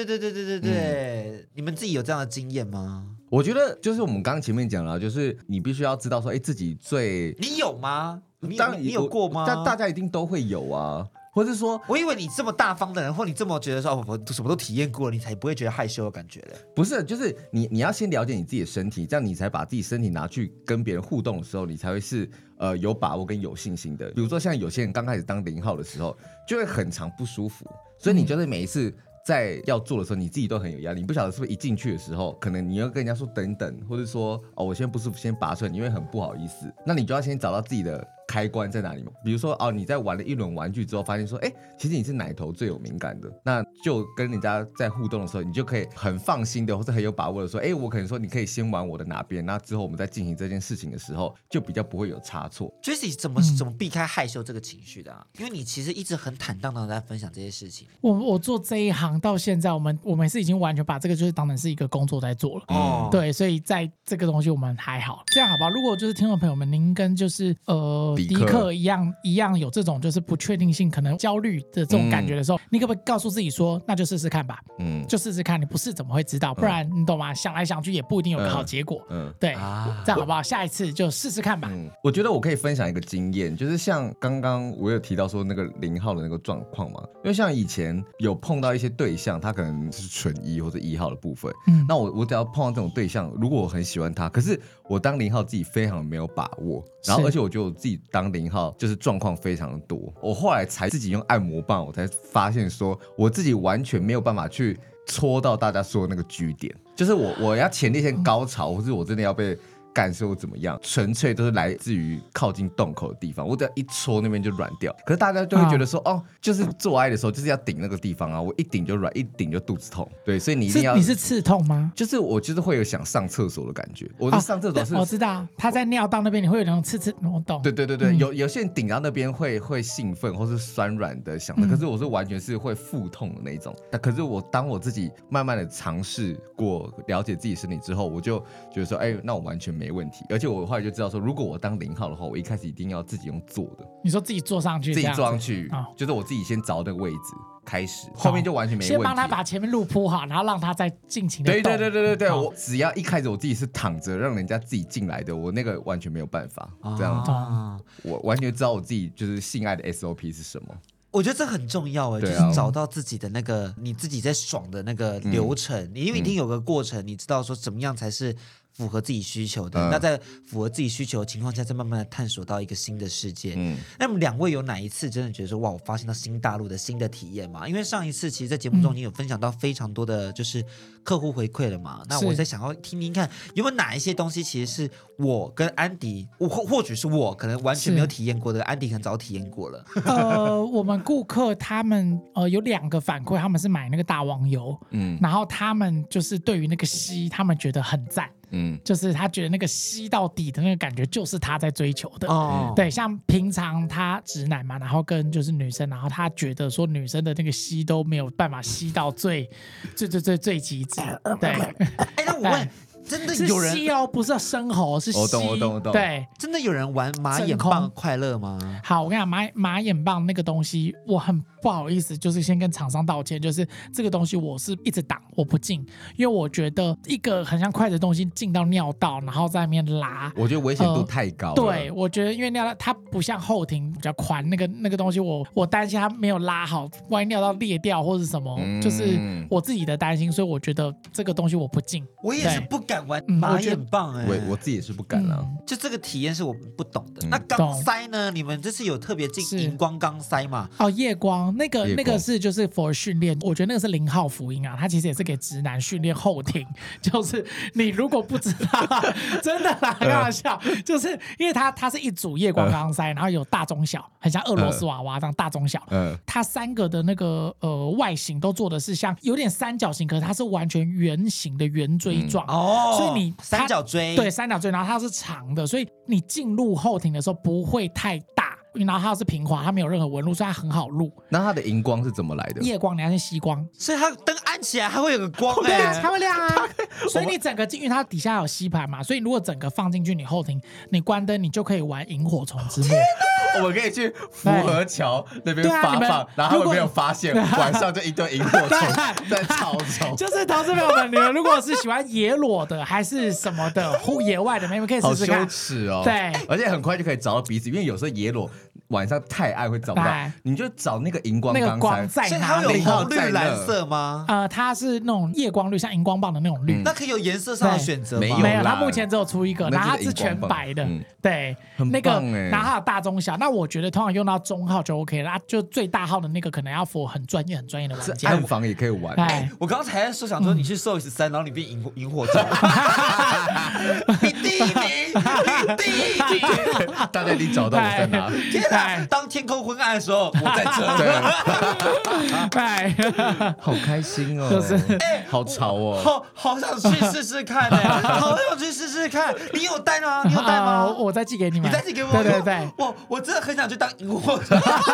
你们自己有这样的经验吗？ 我觉得就是我们刚刚前面讲了，就是你必须要知道说，自己最你有吗？你有过吗？ 大家一定都会有啊。或是说， 我以为你这么大方的人，或你这么觉得说我什么都体验过了，你才不会觉得害羞的感觉嘞。 不是，就是你要先了解你自己的身体，这样你才把自己身体拿去跟别人互动的时候，你才会是有把握跟有信心的。比如说像有些人刚开始当0号的时候，就会很常不舒服，所以你就是每一次在要做的时候，你自己都很有压力。你不晓得是不是一进去的时候，可能你要跟人家说等等，或者说我现在不舒服，先拔出来，你会很不好意思。那你就要先找到自己的开关在哪里嘛？比如说你在玩了一轮玩具之后，发现说，其实你是奶头最有敏感的，那就跟人家在互动的时候，你就可以很放心的，或是很有把握的说，我可能说你可以先玩我的哪边，那之后我们在进行这件事情的时候，就比较不会有差错。 Jessie 怎么避开害羞这个情绪的因为你其实一直很坦荡荡的在分享这些事情。 我做这一行到现在，我们是已经完全把这个就是当成是一个工作在做了。对，所以在这个东西我们还好。这样好不好？如果就是听众朋友们，您跟就是迪克一样有这种就是不确定性，可能焦虑的这种感觉的时候，你可不可以告诉自己说，那就试试看吧，就试试看，你不试怎么会知道？不然你懂吗？想来想去也不一定有个好结果。对，这样好不好？下一次就试试看吧。 我觉得我可以分享一个经验，就是像刚刚我有提到说那个0号的那个状况嘛，因为像以前有碰到一些对象，他可能是纯1或者1号的部分，那我只要碰到这种对象，如果我很喜欢他，可是我当0号自己非常没有把握，然后而且我觉得我自己当0号就是状况非常的多，我后来才自己用按摩棒，我才发现说我自己完全没有办法去戳到大家说的那个G点，就是我要前列腺高潮，或是我真的要被感受怎么样，纯粹都是来自于靠近洞口的地方，我只要一戳那边就软掉。可是大家就会觉得说，就是做爱的时候就是要顶那个地方啊，我一顶就软，一顶就肚子痛。对，所以你一定要。 你是刺痛吗？ 就是我就是会有想上厕所的感觉。我的上厕所是， 我知道他在尿道那边，你会有那种刺，我懂。 对，有些人顶到那边会兴奋或是酸软的想的，可是我是完全是会腹痛的那种。可是当我自己慢慢的尝试过了解自己身体之后，我就觉得说，那我完全没问题，而且我后来就知道说，如果我当0号的话，我一开始一定要自己用坐的。 你说自己坐上去， 自己坐上去，就是我自己先找那个位置开始，后面就完全没问题。 先帮他把前面路铺好，然后让他再尽情的动。 对，我只要一开始我自己是躺着，让人家自己进来的，我那个完全没有办法这样子。我完全知道我自己就是性爱的 SOP 是什么。 我觉得这很重要就是找到自己的那个你自己在爽的那个流程，你因为一定有个过程，你知道说怎么样才是符合自己需求的，那在符合自己需求的情况下，再慢慢的探索到一个新的世界。那么2位有哪一次真的觉得说，哇，我发现到新大陆的新的体验吗？因为上一次其实在节目中你有分享到非常多的就是客户回馈了嘛，那我在想要听听看有没有哪一些东西其实是我跟安迪，或许是我可能完全没有体验过的，安迪可能早体验过了。 我们顾客他们有2个反馈，他们是买那个大王油，然后他们就是对于那个吸，他们觉得很赞。就是他觉得那个吸到底的那个感觉就是他在追求的。对，像平常他直男嘛，然后跟就是女生，然后他觉得说女生的那个吸都没有办法吸到最极致。对， 那我问真的有人是吸哦，不是生喉，是吸。 我懂。 对， 真的有人玩马眼棒快乐吗？ 好，我跟你讲，马眼棒那个东西，我很不好意思，就是先跟厂商道歉，就是这个东西我是一直挡，我不进，因为我觉得一个很像筷子的东西进到尿道，然后在那边拉， 我觉得危险度太高了。 对，我觉得因为尿道它不像后庭比较宽，那个东西我担心它没有拉好，万一尿道裂掉或者什么，就是我自己的担心，所以我觉得这个东西我不进。 我也是不敢玩马眼棒我自己也是不敢啊。 就这个体验是我不懂的。那钢塞呢？你们这次有特别进荧光钢塞吗？ 哦，夜光那个是就是 for 训练，我觉得那个是0号福音啊，它其实也是给直男训练后庭，就是你如果不知道，真的啦，开玩笑，就是因为它是一组夜光钢塞，然后有大中小，很像俄罗斯娃娃这样大中小，它3个的那个外形都做的是像有点三角形，可是它是完全圆形的圆锥状哦，所以你三角锥对三角锥，然后它是长的，所以你进入后庭的时候不会太大。然后它是平滑，它没有任何纹路，所以它很好录。 那它的荧光是怎么来的？ 夜光，你要先吸光， 所以它灯暗起来还会有个光对啊，才会亮啊。所以你整个因为它底下有吸盘嘛，所以如果整个放进去，你后庭你关灯，你就可以玩萤火虫之墓。 我们可以去福和桥那边发放，然后他们没有发现，晚上就一堆萤火虫在吵中。 就是投资朋友们，你们如果是喜欢野裸的还是什么的野外的，你们可以试试看。 好羞耻哦！ 对， 而且很快就可以找到彼此，因为有时候野裸晚上太暗会找不到，你就找那个荧光钢塞。 所以它有红绿蓝色吗？ 它是那种夜光绿，像荧光棒的那种绿。 那可以有颜色上的选择吗？ 没有，它目前只有出一个，然后它是全白的。对，那个，然后还有大中小。那我觉得通常用到中号就 OK 了，就最大号的那个可能要for很专业的玩家。 暗房也可以玩。 我刚才在说想说你去寿13，然后你变萤火虫，你第一名， 大家一定找到我在哪。 天哪！当天空昏暗的时候，我在这。 好开心哦！ 就是好潮哦！ 好想去试试看哎，好想去试试看。你有带吗？你有带吗？ 我再寄给你们。 你再寄给我。 对。 我真的很想去当萤火虫。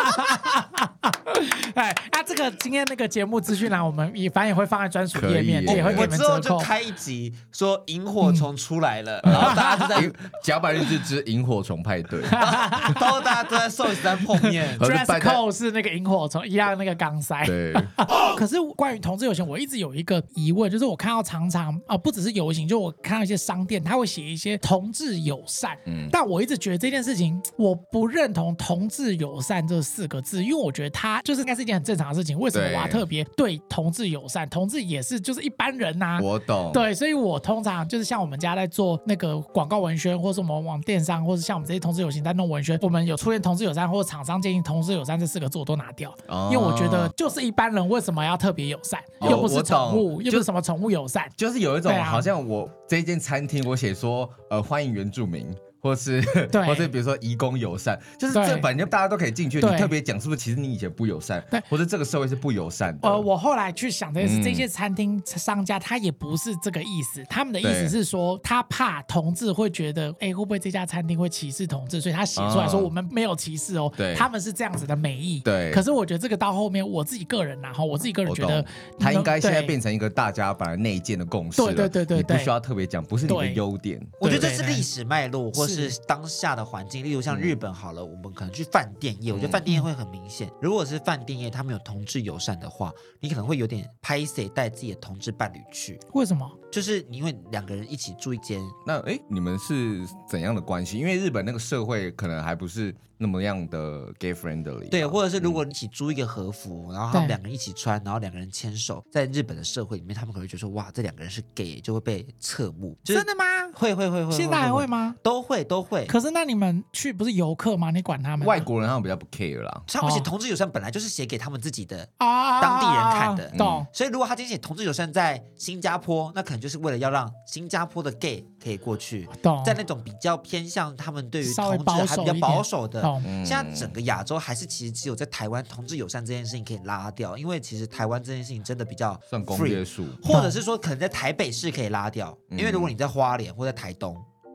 这个今天那个节目资讯栏，我们反正也会放在专属页面，也会给你们折扣。 我之后就开一集说萤火虫出来了，然后大家就在甲板日志之萤火虫派对， 然后大家都在寿13碰面。 Dress code 是那个萤火虫一样那个钢塞。 对。 可是关于同志游行，我一直有一个疑问，就是我看到常常不只是游行，就我看到一些商店，他会写一些同志友善，但我一直觉得这件事情我不认同同志友善这4个字，因为我觉得它就是应该是一件很正常的事情。为什么我要特别对同志友善？同志也是就是一般人呐。 我懂。 对，所以我通常就是像我们家在做那个广告文宣，或是我们往电商，或是像我们这些同志游行在弄文宣，我们有出现同志友善或者厂商建议同志友善这4个字我都拿掉，因为我觉得就是一般人为什么要特别友善？又不是宠物，又不是什么宠物友善， 就是有一种好像我这间餐厅我写说欢迎原住民。或是比如说移工友善，就是这本来大家都可以进去，你特别讲是不是？其实你以前不友善，或者这个社会是不友善的。 我后来去想这件事，这些餐厅商家他也不是这个意思，他们的意思是说他怕同志会觉得，会不会这家餐厅会歧视同志，所以他写出来说我们没有歧视哦，他们是这样子的美意。 对， 可是我觉得这个到后面我自己个人觉得， 他应该现在变成一个大家本来内建的共识了。对，你不需要特别讲，不是你的优点。 我觉得这是历史脉络，或是当下的环境，例如像日本好了，我们可能去饭店业，我觉得饭店业会很明显。如果是饭店业，他们有同志友善的话，你可能会有点拍谁带自己的同志伴侣去。 为什么？ 就是因为2个人一起住一间。 那你们是怎样的关系？因为日本那个社会可能还不是那么样的 gay friendly。 对，或者是如果你一起租一个和服，然后他们2个人一起穿，然后2个人牵手，在日本的社会里面，他们可能会觉得说，哇，这2个人是 gay， 就会被侧目。 真的吗？ 会。 现在还会吗？ 都会。 可是那你们去不是游客吗？你管他们？ 外国人他们比较不 care 啦。 他们写同志友善本来就是写给他们自己的当地人看的， 懂？ 所以如果他今天写同志友善在新加坡，那可能就是为了要让新加坡的 gay 可以过去，在那种比较偏向他们对于同志还比较保守的。现在整个亚洲还是其实只有在台湾同志友善这件事情可以拉掉，因为其实台湾这件事情真的比较算公约数， 或者是说可能在台北市可以拉掉，因为如果你在花莲或在台东，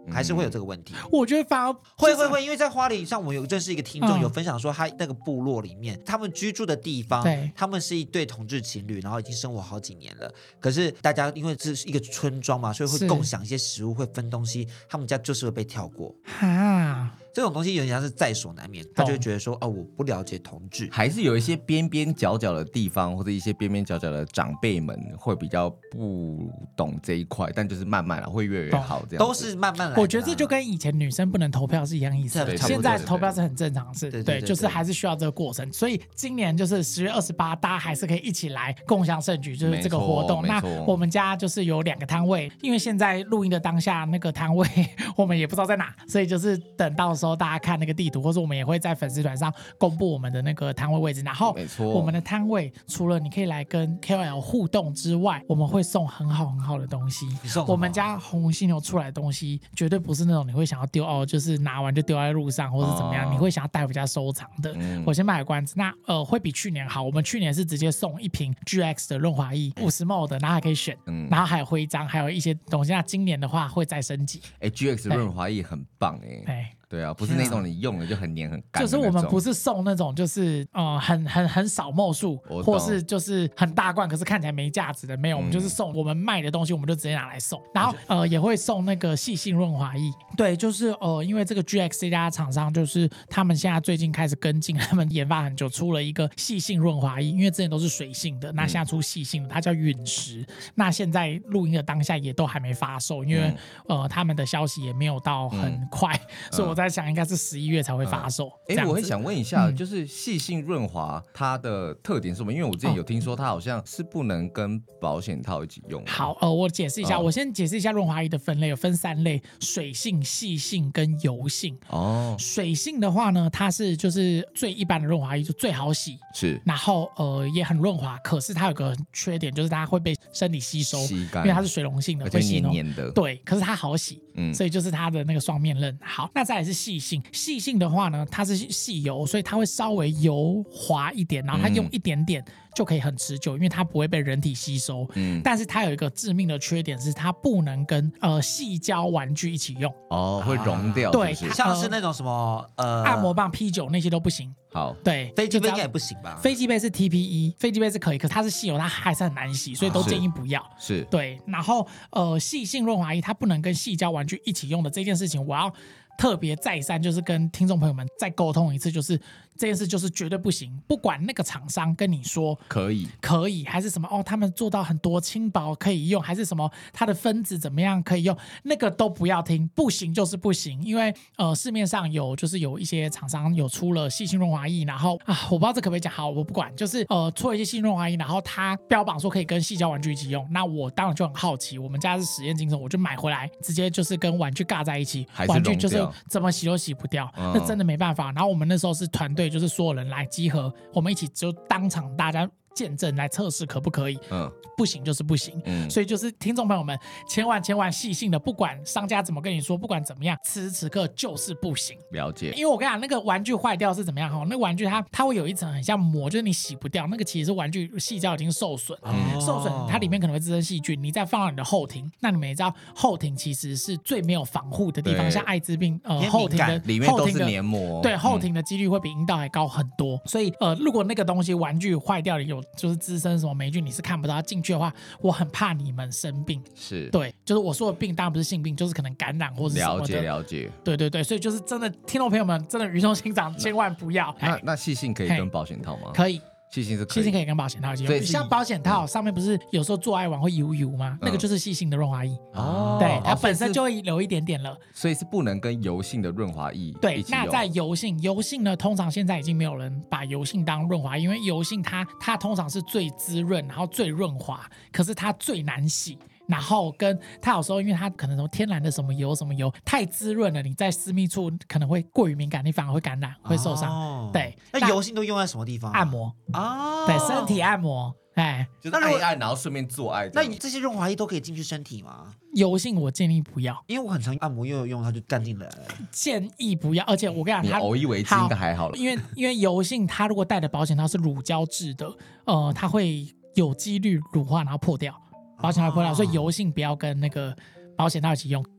还是会有这个问题。 我觉得反而会，因为在花莲，像我们有认识一个听众有分享说，他那个部落里面，他们居住的地方，他们是一对同志情侣，然后已经生活好几年了。可是大家因为这是一个村庄嘛，所以会共享一些食物，会分东西，他们家就是会被跳过。这种东西有点像是在所难免，他就会觉得说，我不了解同志， 还是有一些边边角角的地方，或者一些边边角角的长辈们会比较不懂这一块，但就是慢慢会越来越好，这样都是慢慢来的。 我觉得这就跟以前女生不能投票是一样意思，现在投票是很正常的事，对，就是还是需要这个过程。所以今年就是10月28，大家还是可以一起来共襄盛举，就是这个活动。那我们家就是有2个摊位，因为现在录音的当下那个摊位我们也不知道在哪，所以就是等到时候大家看那个地图，或者我们也会在粉丝团上公布我们的那个摊位位置。然后我们的摊位除了你可以来跟 KOL 互动之外，我们会送很好的东西。我们家红犀牛出来的东西绝对不是那种你会想要丢就是拿完就丢在路上或是怎么样，你会想要带回家收藏的。我先卖个关子，那会比去年好。我们去年是直接送1瓶 GX 的润滑液50ml 的，然后还可以选，然后还有徽章，还有一些东西。那今年的话会再升级。 GX 润滑液很棒对啊，不是那种你用了就很黏很干， 就是我们不是送那种就是很少墨数，或是就是很大罐可是看起来没价值的，没有，我们就是送我们卖的东西，我们就直接拿来送。然后也会送那个细性润滑液，对，就是因为这个 GX 这家厂商就是他们现在最近开始跟进，他们研发很久出了一个细性润滑液，因为之前都是水性的，那现在出细性的，它叫陨石。那现在录音的当下也都还没发售，因为他们的消息也没有到很快，所以我在想应该是11月才会发售。 我会想问一下，就是细性润滑它的特点是什么？因为我之前有听说它好像是不能跟保险套一起用。 好，我解释一下，我先解释一下润滑液的分类，有分3类：水性、细性跟油性。水性的话呢，它是就是最一般的润滑液，就最好洗， 是， 然后也很润滑，可是它有个缺点，就是它会被身体吸收，因为它是水溶性的， 会黏黏的。 对，可是它好洗，所以就是它的那个双面刃。好，那再来是细性。细性的话呢，它是细油，所以它会稍微油滑一点，然后它用一点点就可以很持久，因为它不会被人体吸收。但是它有一个致命的缺点是，它不能跟矽胶玩具一起用。 会溶掉。 对， 像是那种什么按摩棒、P9那些都不行。 好， 对， 飞机杯应该也不行吧？ 飞机杯是 TPE， 飞机杯是可以，可是它是细油，它还是很难洗，所以都建议不要。 是， 对。然后细性润滑液它不能跟矽胶玩具一起用的这件事情，我要特别再三就是跟听众朋友们再沟通一次，就是这件事就是绝对不行，不管那个厂商跟你说可以还是什么他们做到很多轻薄可以用，还是什么它的分子怎么样可以用，那个都不要听，不行就是不行。因为市面上就是有一些厂商有出了细性润滑液，然后我不知道这可不可以讲，好我不管，就是出了一些细性润滑液，然后它标榜说可以跟矽胶玩具一起用，那我当然就很好奇，我们家是实验精神，我就买回来直接就是跟玩具尬在一起，玩具就是怎么洗都洗不掉，那真的没办法。然后我们那时候是团队，就是所有人来集合，我们一起就当场大家见证来测试可不可以，不行就是不行。所以就是听众朋友们千万细心的，不管商家怎么跟你说，不管怎么样，此时此刻就是不行。 了解。 因为我跟你讲，那个玩具坏掉是怎么样，那个玩具它会有一层很像膜，就是你洗不掉，那个其实是玩具矽胶已经受损，受损它里面可能会滋生细菌，你再放到你的后庭，那你们也知道后庭其实是最没有防护的地方，像艾滋病后庭的里面都是黏膜， 对，后庭的几率会比阴道还高很多。所以如果那个东西玩具坏掉了，有就是滋生什么霉菌，你是看不到，它进去的话，我很怕你们生病。 是， 对，就是我说的病当然不是性病，就是可能感染或是什么的。 了解。 对，所以就是真的，听众朋友们真的语重心长，千万不要。 那细性可以跟保险套吗？ 可以。 细性是可以， 细性可以跟保险套一起用，像保险套上面不是有时候做爱完会油吗？那个就是细性的润滑液。对，它本身就会有一点点了， 所以是不能跟油性的润滑液。 对，那在油性呢，通常现在已经没有人把油性当润滑液，因为油性它通常是最滋润，然后最润滑，可是它最难洗。然后跟它有时候，因为它可能什么天然的什么油太滋润了，你在私密处可能会过于敏感，你反而会感染，会受伤。对， 那油性都用在什么地方？ 按摩对，身体按摩， 就是按一按，然后顺便做爱。 那你这些润滑液都可以进去身体吗？ 油性我建议不要， 因为我很常按摩，又有用它就干进来了。 建议不要，而且我跟你讲， 你偶一为之应该还好了， 因为油性它如果带的保险套是乳胶质的，它会有几率乳化然后破掉。保险套破掉，所以油性不要跟那个保险套一起用。对，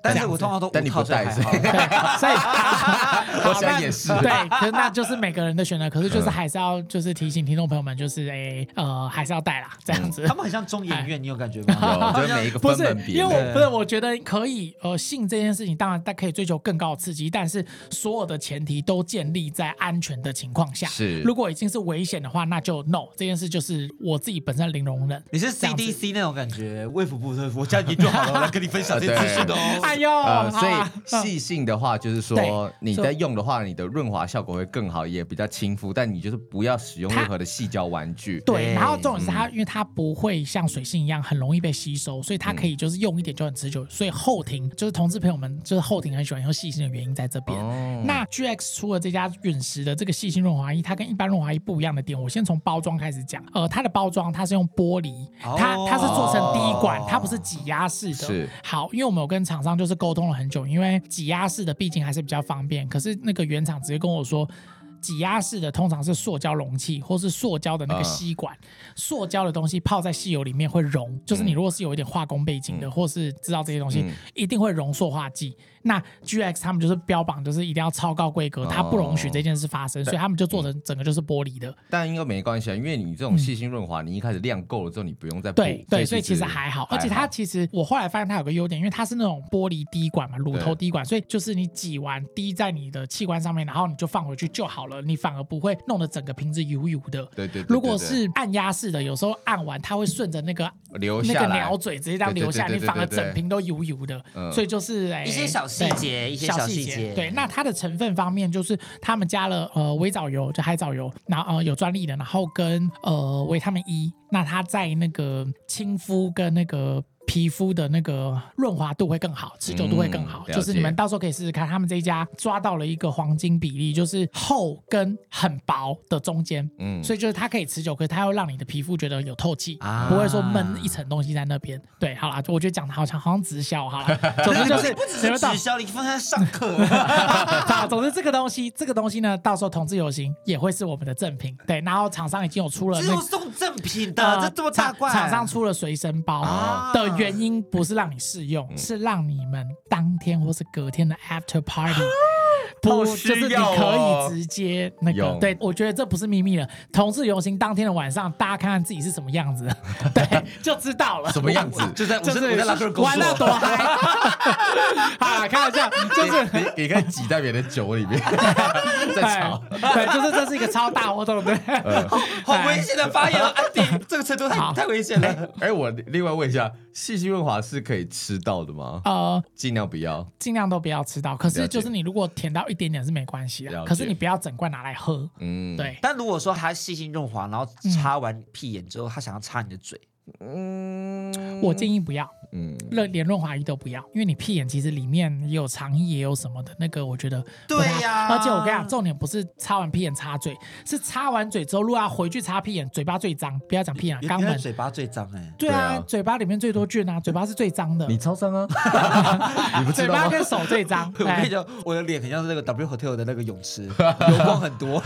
但是我通常都但你不带， 所以我想也是对，可是那就是每个人的选择，可是就是还是要就是提醒听众朋友们，就是还是要带啦，这样子。 他们很像中研院，你有感觉吗？ 有，就是每一个分门别类。 因为不是，我觉得可以性这件事情，当然可以追求更高的刺激，但是所有的前提都建立在安全的情况下。 是， 如果已经是危险的话，那就 no 这件事就是我自己本身零容忍。 你是 CDC 那种感觉，卫福部我这样研究好了，我来跟你分享这些资讯哦。 哎呦， 所以细性的话，就是说你在用的话，你的润滑效果会更好，也比较亲肤，但你就是不要使用任何的矽胶玩具。 对，然后重点是它，因为它不会像水性一样很容易被吸收，所以它可以就是用一点就很持久。所以后庭就是同志朋友们，就是后庭很喜欢用细性的原因在这边。那 GX 出了这家陨石的这个细性润滑液，它跟一般润滑液不一样的点，我先从包装开始讲。它的包装它是用玻璃，它是做成滴管，它不是挤压式的。 是好，因为我们有跟厂商就是沟通了很久，因为挤压式的毕竟还是比较方便，可是那个原厂直接跟我说。挤压式的通常是塑胶容器或是塑胶的那个吸管，塑胶的东西泡在汽油里面会溶，就是你如果是有一点化工背景的，或是知道这些东西，一定会溶塑化剂。那 GX 他们就是标榜就是一定要超高规格，它不容许这件事发生，所以他们就做成整个就是玻璃的。 但应该没关系啊，因为你这种细心润滑，你一开始量够了之后，你不用再补。 对，所以其实还好。而且它其实我后来发现它有个优点，因为它是那种玻璃滴管嘛，乳头滴管，所以就是你挤完滴在你的器官上面，然后你就放回去就好了，你反而不会弄得整个瓶子油油的。 对。 如果是按压式的，有时候按完它会顺着那个那个鸟嘴直接这样流下来，你反而整瓶都油油的。所以就是一些小细节，一些小细节。 对，那它的成分方面就是他们加了微藻油，就海藻油，然后有专利的，然后跟维他命 E， 那它在那个亲肤跟那个皮肤的那个润滑度会更好，持久度会更好。就是你们到时候可以试试看，他们这一家抓到了一个黄金比例，就是厚跟很薄的中间。所以就是它可以持久，可是它会让你的皮肤觉得有透气，不会说闷一层东西在那边。对，好啦，我觉得讲的好像直销，好了，总之就是不只是直销，你放在上课。 好，总之这个东西呢，到时候同志游行也会是我们的赠品。对，然后厂商已经有出了， 只有送赠品的，这么大罐。 厂商出了随身包的原因不是让你试用，是让你们当天或是隔天的 after party。不，就是你可以直接那个，对，我觉得这不是秘密了。同志游行当天的晚上，大家看看自己是什么样子，对，就知道了。 什么样子？ 就是拉克工作， 玩了多嗨！好，开玩笑，就是你可以挤在别人的酒里面再吵。 对，就是这是一个超大活动，对， 好危险的发言，安迪，这个程度太危险了。 我另外问一下，细心润滑是可以吃到的吗？尽量不要， 尽量都不要吃到。可是就是你如果舔到一点点是没关系的，可是你不要整罐拿来喝。对。 但如果说他细心润滑，然后擦完屁眼之后，他想要擦你的嘴， 我建议不要，连润滑液都不要，因为你屁眼其实里面也有肠液，也有什么的，那个我觉得对呀。 而且我跟你讲，重点不是擦完屁眼擦嘴，是擦完嘴之后，如果要回去擦屁眼，嘴巴最脏，不要讲屁眼，肛门。 嘴巴最脏对啊，嘴巴里面最多菌啊，嘴巴是最脏的。 你超脏啊！你不知道吗？ 嘴巴跟手最脏。 我跟你讲，我的脸很像是那个 W Hotel 的那个泳池，油光很多。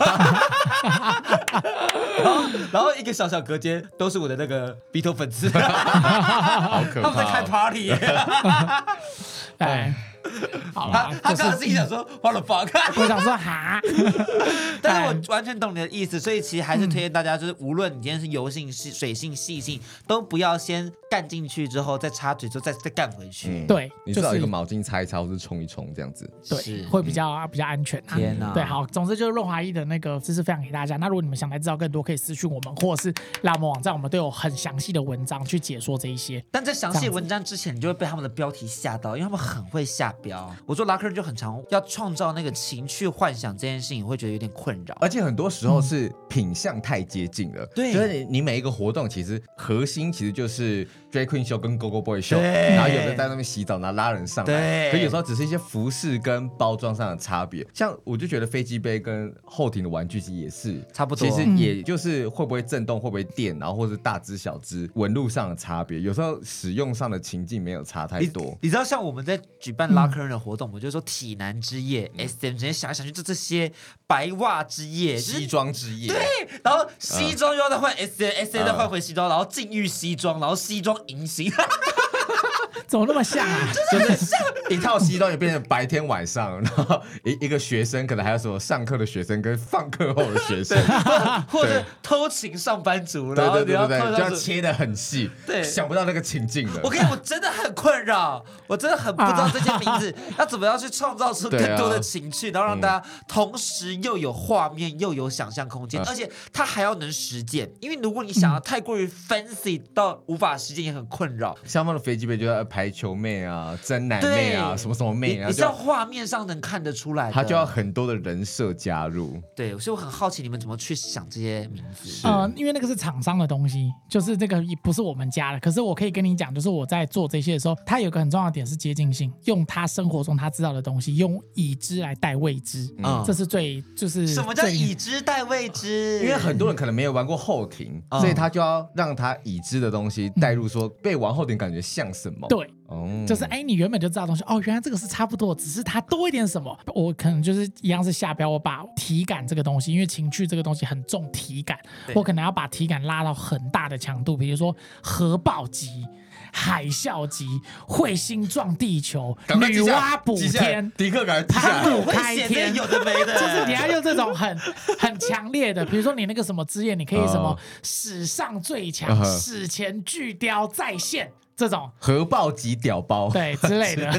然后一个小隔间都是我的那个鼻头粉刺， 好可怕！ 他们在开 party。 哎，好啦， 他刚刚自己想说 what the fuck， 我想说哈， 但是我完全懂你的意思，所以其实还是推荐大家，就是无论你今天是油性、水性、细性，都不要先干进去之后再插嘴，之后再干回去。 对， 你至少一个毛巾擦一擦，或是冲一冲这样子， 对，会比较安全。 天哪， 对，好，总之就是润滑液的那个知识分享给大家。那如果你们想来知道更多，可以私讯我们，或者是来我们网站，我们都有很详细的文章去解说这一些。 但在详细文章之前，你就会被他们的标题吓到，因为他们很会下标。我做拉客人就很常要创造那个情趣幻想这件事情，会觉得有点困扰。 而且很多时候是品相太接近了， 对， 就是你每一个活动其实核心其实就是 Drag Queen 秀跟 Go Go Boy 秀，然后有的在那边洗澡，然后拉人上来，可有时候只是一些服饰跟包装上的差别。像我就觉得飞机杯跟后庭的玩具其实也是差不多， 其实也就是会不会震动，会不会电，然后或是大只小只纹路上的差别，有时候使用上的情境没有差太多。 你知道像我们在举办拉客人的活动，我就说体男之夜 SM， 直接想来想去就这些白袜之夜、 西装之夜， 对，然后西装又要再换 SM，SM 再换回西装，然后禁欲西装，然后西装迎新。 怎么那么像啊？ 就是一套西装也变成白天晚上，然后一个学生可能还有什么上课的学生跟放课后的学生， 或者偷情上班族， 然后对，就要切得很细，对，想不到那个情境了。 我跟你讲，我真的很困扰，我真的很不知道这些名字要怎么样去创造出更多的情趣，然后让大家同时又有画面又有想象空间，而且它还要能实践。因为如果你想要太过于 fancy 到无法实践，也很困扰。 像放的飞机杯就要排球妹啊、真奶妹啊、什么什么妹啊， 你是要画面上能看得出来的， 它就要很多的人设加入。 对，所以我很好奇你们怎么去想这些名字。 因为那个是厂商的东西，就是这个也不是我们家的。可是我可以跟你讲，就是我在做这些的时候，它有个很重要的点是接近性，用他生活中他知道的东西，用已知来代未知。这是就是什么叫以知代未知？ 因为很多人可能没有玩过后庭，所以他就要让他已知的东西带入，说被玩后庭感觉像什么？ 对。就是你原本就知道的东西原来这个是差不多，只是它多一点什么。我可能就是一样是下标，我把体感这个东西，因为情趣这个东西很重体感，我可能要把体感拉到很大的强度，比如说核爆级、海啸级、彗星撞地球、女娲补天、 迪克感汤姆开天， 有的没的， 就是你要用这种很强烈的，比如说你那个什么之夜，你可以什么史上最强、史前巨雕再现。这种核爆级屌包， 对之类的，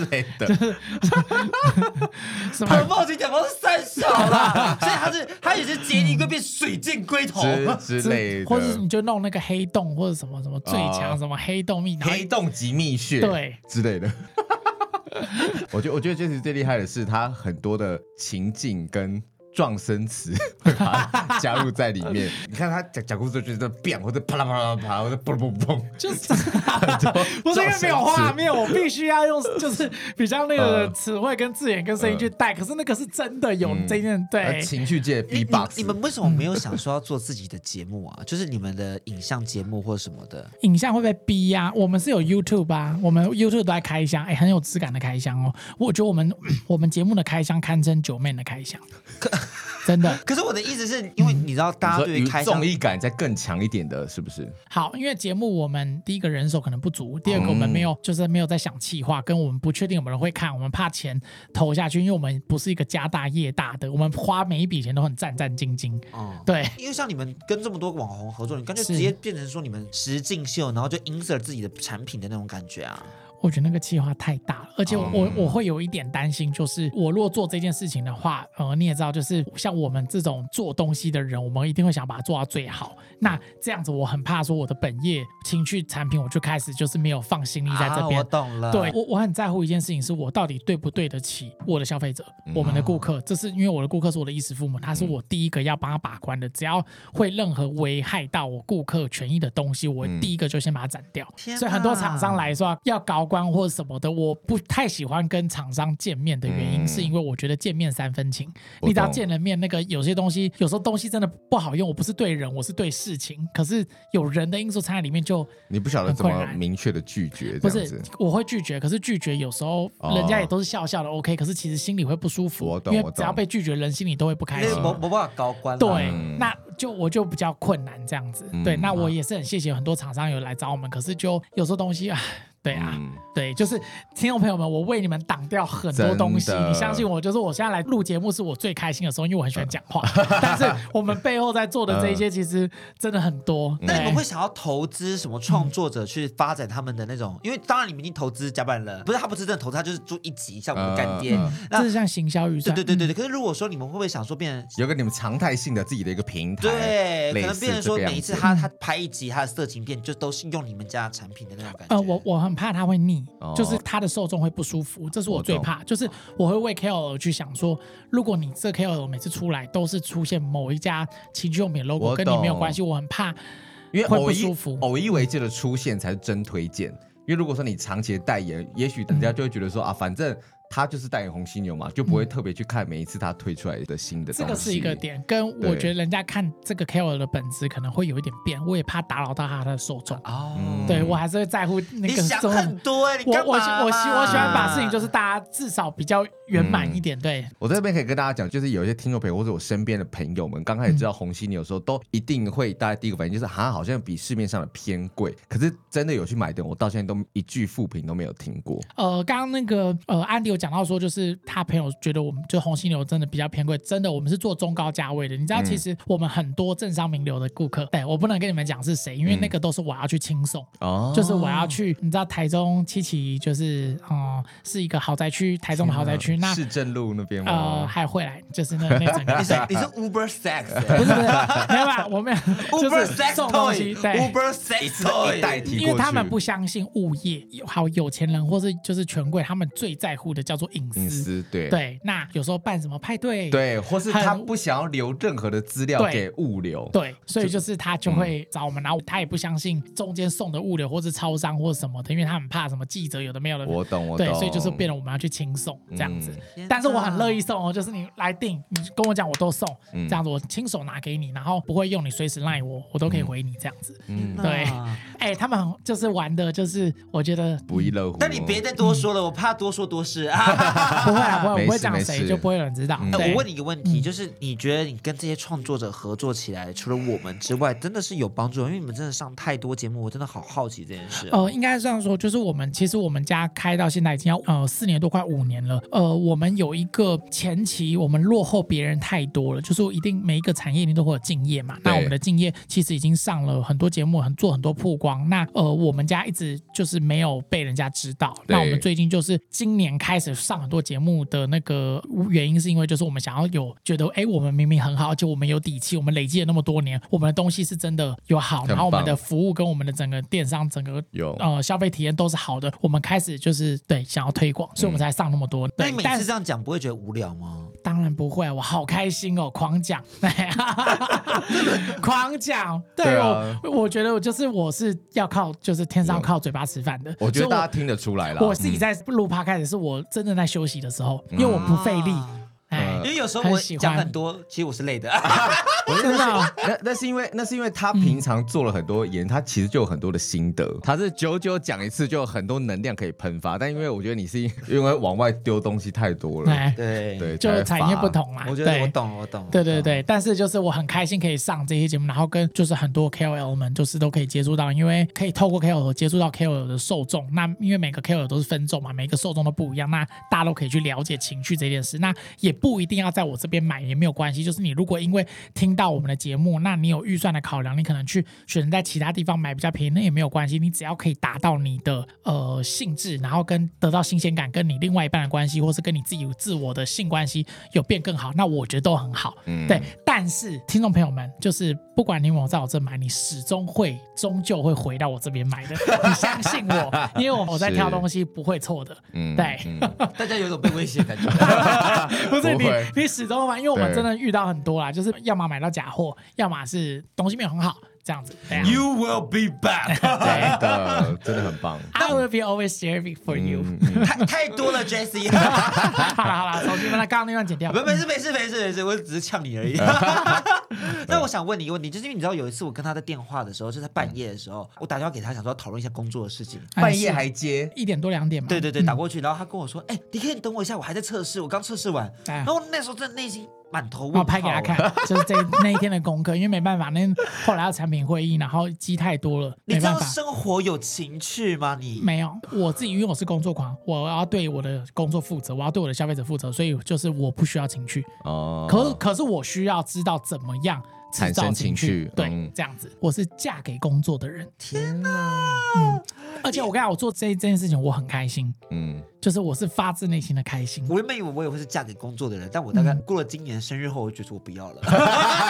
核爆级屌包是三小啦，所以它也是杰尼龟变水箭龟头之类的， 或者是你就弄那个黑洞或者什么什么最强什么黑洞黑洞级蜜穴， 对之类的。我觉得这次最厉害的是它很多的情境跟撞声词会把它加入在里面。你看他讲故事就是变，或者啪啦啪啦啪啦，或者嘣嘣嘣， 就是不是因为没有画面，我必须要用就是比较那个词汇跟字眼跟声音去带。可是那个是真的有这件对情绪界 B-box。 你们为什么没有想说要做自己的节目啊？就是你们的影像节目或什么的。 影像会被逼啊？我们是有 YouTube 啊，我们 YouTube 都在开箱，很有质感的开箱哦。我觉得我们节目的开箱堪称九妹的开箱。真的， 可是我的意思是因为你知道，大家对于开箱综艺感再更强一点的，是不是？ 好，因为节目我们第一个人手可能不足，第二个我们没有在想企划，跟我们不确定有没有人会看，我们怕钱投下去，因为我们不是一个家大业大的，我们花每一笔钱都很战战兢兢。对， 因为像你们跟这么多网红合作，你干脆直接变成说你们实境秀，然后就 insert 自己的产品的那种感觉啊。 我觉得那个企划太大了，而且我会有一点担心，就是我如果做这件事情的话，你也知道，就是像我们这种做东西的人，我们一定会想把它做到最好。那这样子，我很怕说我的本业情趣产品，我就开始就是没有放心力在这边。 我懂了。 对，我很在乎一件事情，是我到底对不对得起我的消费者，我们的顾客。这是因为我的顾客是我的衣食父母，他是我第一个要帮他把关的。只要会任何危害到我顾客权益的东西，我第一个就先把它斩掉。所以很多厂商来说要高关或者什么的，我不太喜欢跟厂商见面的原因，是因为我觉得见面3分情。你只要见了面，那个有些东西，有时候东西真的不好用。我不是对人，我是对事情。可是有人的因素掺在里面，就你不晓得怎么明确的拒绝。 不是，我会拒绝，可是拒绝有时候人家也都是笑笑的 OK， 可是其实心里会不舒服。因为只要被拒绝，人心里都会不开心。 没办法高关。 对，那我就比较困难这样子。对，那我也是很谢谢很多厂商有来找我们，可是就有时候东西对啊，对，就是听众朋友们，我为你们挡掉很多东西，你相信我，就是我现在来录节目是我最开心的时候，因为我很喜欢讲话。但是我们背后在做的这一些，其实真的很多。 那你们会想要投资什么创作者去发展他们的那种？因为当然你们已经投资甲板了，不是他不是真的投资，他就是做一集，像我们的干爹， 这是像行销预算。 对。可是如果说你们会不会想说变成有个你们常态性的自己的一个平台？ 对，可能变成说每一次他拍一集他的色情片，就都是用你们家的产品的那种感觉。 我很怕他会腻。就是他的受众会不舒服，这是我最怕。就是我会为 KOL 去想说，如果你这 KOL 每次出来都是出现某一家情趣用品 logo， 跟你没有关系，我很怕， 因为会不舒服。 偶一为之的出现才是真推荐。因为如果说你长期的代言，也许人家就会觉得说反正他就是代言红犀牛嘛，就不会特别去看每一次他推出来的新的东西。 这个是一个点，跟我觉得人家看这个 KOL 的本质可能会有一点变，我也怕打扰到他的受众。对，我还是会在乎那个。 你想很多你干嘛？ 我喜欢把事情就是大家至少比较圆满一点。对， 我这边可以跟大家讲，就是有一些听众朋友或者我身边的朋友们，刚开始知道红犀牛的时候，都一定会大家第一个反应就是好像比市面上的偏贵。可是真的有去买的，我到现在都一句负评都没有听过。 刚刚那个安迪有讲到说，就是他朋友觉得我们就红犀牛真的比较偏贵，真的我们是做中高价位的。你知道，其实我们很多政商名流的顾客，对我不能跟你们讲是谁，因为那个都是我要去亲送，就是我要去，你知道台中七期就是是一个豪宅区，台中的豪宅区，那市政路那边吗？ 还会来，就是那整个你是 Uber Sex， 不是没有吧？我们 Uber Sex Toy，Uber Sex Toy 代替过去， 因为他们不相信物业，还有有钱人或是就是权贵，他们最在乎的叫做隐私。对，那有时候办什么派对， 对，或是他不想要留任何的资料给物流， 对，所以就是他就会找我们，然后他也不相信中间送的物流或是超商或什么的，因为他很怕什么记者有的没有的。 我懂。 对，所以就是变成我们要去亲送这样子。但是我很乐意送就是你来订，你跟我讲我都送，这样子我亲手拿给你，然后不会用你随时赖我都可以回你这样子。对，他们就是玩的，就是我觉得不亦乐乎。 但你别再多说了，我怕多说多事。 不会，我不会讲谁，就不会有人知道。 我问你一个问题，就是你觉得你跟这些创作者合作起来，除了我们之外，真的是有帮助？因为你们真的上太多节目，我真的好好奇这件事。 应该这样说，就是其实我们家开到现在已经要4年多，快5年了。我们有一个前期我们落后别人太多了，就是一定每一个产业一定都会有敬业嘛。那我们的敬业其实已经上了很多节目，做很多曝光。那我们家一直就是没有被人家知道。那我们最近就是今年开始上很多节目的那个原因，是因为就是我们想要觉得，我们明明很好，而且我们有底气，我们累积了那么多年，我们的东西是真的有好，然后我们的服务跟我们的整个电商整个消费体验都是好的，我们开始就是想要推广，所以我们才上那么多。 那你每次这样讲不会觉得无聊吗？ 当然不会，我好开心哦，狂讲，狂讲。对，我觉得我是要靠就是天上靠嘴巴吃饭的。 我觉得大家听得出来了。 我自己在录 podcast 是我真的在休息的时候，因为我不费力。 因为有时候我讲很多，其实我是累的。 真的， 那是因为他平常做了很多研，他其实就有很多的心得，他是久讲一次就有很多能量可以喷发。但因为我觉得你是因为往外丢东西太多了， 对， 就产业不同啦。 我觉得我懂。 对，但是就是我很开心可以上这些节目，然后跟就是很多 KOL 们就是都可以接触到，因为可以透过 KOL 接触到 KOL 的受众。那因为每个 KOL 都是分众嘛，每个受众都不一样，那大家都可以去了解情绪这件事。那也不一定要在我这边买也没有关系，就是你如果因为听到我们的节目，那你有预算的考量，你可能去选择在其他地方买比较便宜，那也没有关系。你只要可以达到你的兴致，然后跟得到新鲜感，跟你另外一半的关系，或是跟你自我的性关系有变更好，那我觉得都很好。对。但是听众朋友们，就是不管你有没有在我这买，你始终究会回到我这边买的，你相信我，因为我在挑东西不会错的。对。 大家有种被威胁的感觉。 不是你始终买，因为我们真的遇到很多啦，就是要么买到假货，要么是东西没有很好，这样子。 You will be back。 真的很棒。 I will be always there for you。 太多了 ，Jessie。 好了，手机把它刚刚那段剪掉。 没事，我只是呛你而已。那我想问你一个问题，就是因为你知道有一次我跟他在电话的时候，就在半夜的时候，我打电话给他，想说讨论一下工作的事情。 半夜还接 1点多2点嘛？ 对，打过去，然后他跟我说：“你可以等我一下，我还在测试，我刚测试完。”然后那时候真的内心满头问号。 我拍给他看，就是那一天的功课，因为没办法，后来要产品会议，然后积太多了， 你知道生活有情趣吗？你没有，我自己因为我是工作狂，我要对我的工作负责，我要对我的消费者负责，所以就是我不需要情趣。可是我需要知道怎么样制造情绪，对，这样子。我是嫁给工作的人。 天哪！ 而且我跟你讲，我做这件事情我很开心。就是我是发自内心的开心。 我原本以为我也会是嫁给工作的人，但我大概过了今年生日后，我就觉得我不要了。 不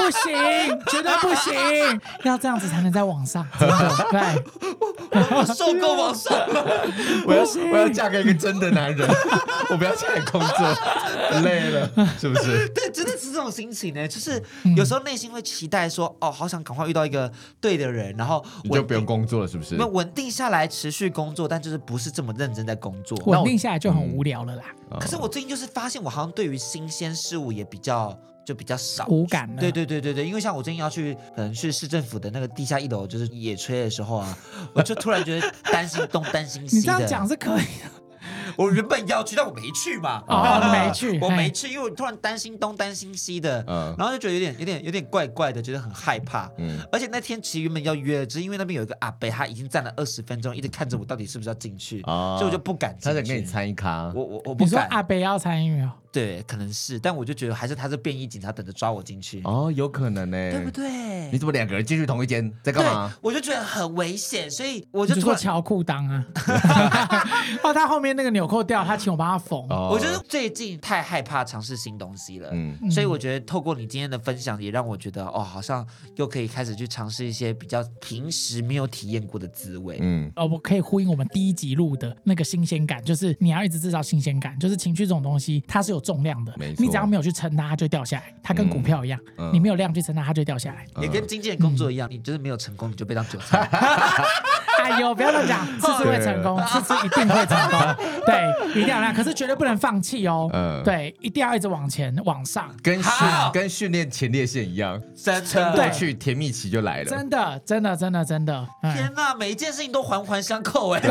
不行，绝对不行，要这样子才能在网上，真的对。 我受够网上了， 我要嫁给一个真的男人，我不要嫁给工作，累了，是不是？ 对，真的是这种心情呢，就是有时候内心会期待说，哦，好想赶快遇到一个对的人，然后你就不用工作了，是不是？ 那稳定下来，持续工作，但就是不是这么认真在工作， 稳定下来就很无聊了啦。 可是我最近就是发现，我好像对于新鲜事物也比较少无感了。 对，因为像我最近要去可能去市政府的那个地下1楼就是野炊的时候啊，我就突然觉得担心东担心西的。 你这样讲是可以的。 我原本要去，但我没去嘛。 你没去， 我没去，因为我突然担心东担心西的，然后就觉得有点怪怪的，觉得很害怕。而且那天其实原本要约，只是因为那边有一个阿伯，他已经站了20分钟，一直看着我到底是不是要进去，所以我就不敢进去。 他在跟你参一咖， 我不敢。 你说阿伯要参与哦？ 对，可能是，但我就觉得还是他是便衣警察，等着抓我进去。 有可能呢， 对不对？ 你怎么2个人进去同一间，在干嘛？ 我就觉得很危险，所以我就说乔裤裆啊。他后面那个纽扣掉，他请我帮他缝。 我觉得最近太害怕尝试新东西了，所以我觉得透过你今天的分享，也让我觉得好像又可以开始去尝试一些比较平时没有体验过的滋味。 我可以呼应我们第1集录的那个新鲜感，就是你要一直制造新鲜感，就是情绪这种东西，它是有重量的，你只要没有去撑它，它就掉下来。它跟股票一样，你没有量去撑它，它就掉下来。 也跟经纪人工作一样，你就是没有成功，你就被当韭菜。 哎呦，不要乱讲，次次会成功，次次一定会成功。对，一定要量，可是绝对不能放弃哦。对，一定要一直往前往上， 跟训练前列腺一样，撑过去，甜蜜期就来了。 真的。 天哪，每一件事情都环环相扣哎。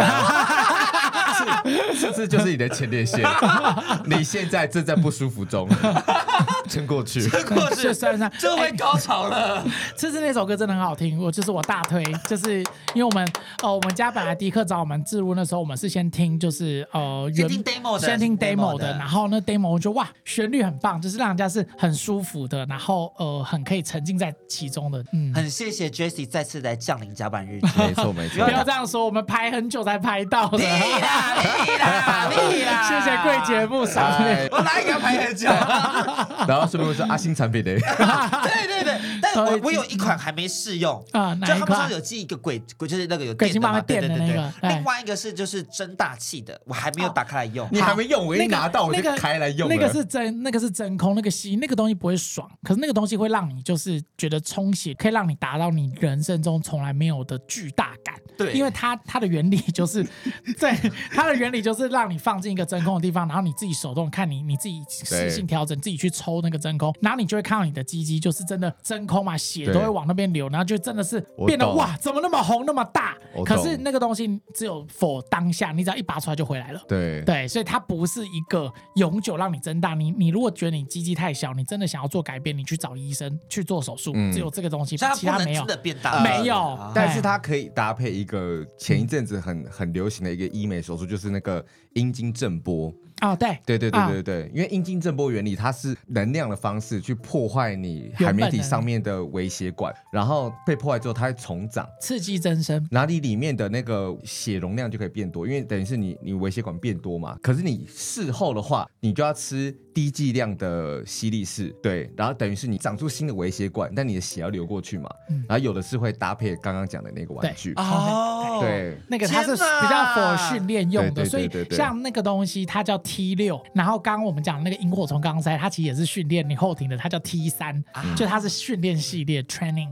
这就是你的前列腺，你现在正在不舒服中，撑过去， 就会高潮了。 次次那首歌真的很好听，我大推，就是因为我们家本来迪克找我们置入那时候，我们是先听就是先听 demo 的，然后那 demo 我觉得哇，旋律很棒，就是让人家是很舒服的，然后很可以沉浸在其中的。 很谢谢 Jessie 再次来降临甲板日志。 没错， 不要这样说，我们排很久才排到的。 厉啦！ 谢谢贵节目上面， 我哪里给他排很久？ 然后顺便说新产品的。 对，但是我有一款还没试用就他们说有寄一个轨，就是那个有电的嘛， 对。 另外一个是就是蒸大气的，我还没有打开来用。 你还没用，我一拿到我就开来用了。 那个是真空，那个吸那个东西不会爽，可是那个东西会让你就是觉得充血，可以让你达到你人生中从来没有的巨大感。 对， 因为它的原理就是它的原理就是让你放进一个真空的地方，然后你自己手动看你自己实性调整，自己去抽那个真空，然后你就会看到你的鸡鸡就是真的真空嘛，血都会往那边流，然后就真的是变得哇，怎么那么红那么大？可是那个东西只有 for 当下，你只要一拔出来就回来了。对，所以它不是一个永久让你增大。你如果觉得你鸡鸡太小，你真的想要做改变，你去找医生去做手术，只有这个东西，其他没有。 真的变大没有， 但是它可以搭配一个前一阵子很流行的一个医美手术，就是那个阴茎震波。对，因为阴茎震波原理，它是能量的方式去破坏你海绵体上面的微血管，然后被破坏之后，它会重长， 刺激增生， 然后你里面的那个血容量就可以变多，因为等于是你微血管变多嘛。可是你事后的话，你就要吃低剂量的犀利士，对，然后等于是你长出新的微血管，但你的血要流过去嘛。然后有的是会搭配刚刚讲的那个玩具，对， 那个它是比较 for 训练用的，所以像那个东西它叫 T6，然后刚刚我们讲的那个萤火虫钢塞，它其实也是训练你后庭的，它叫 T3，就它是训练系列 training。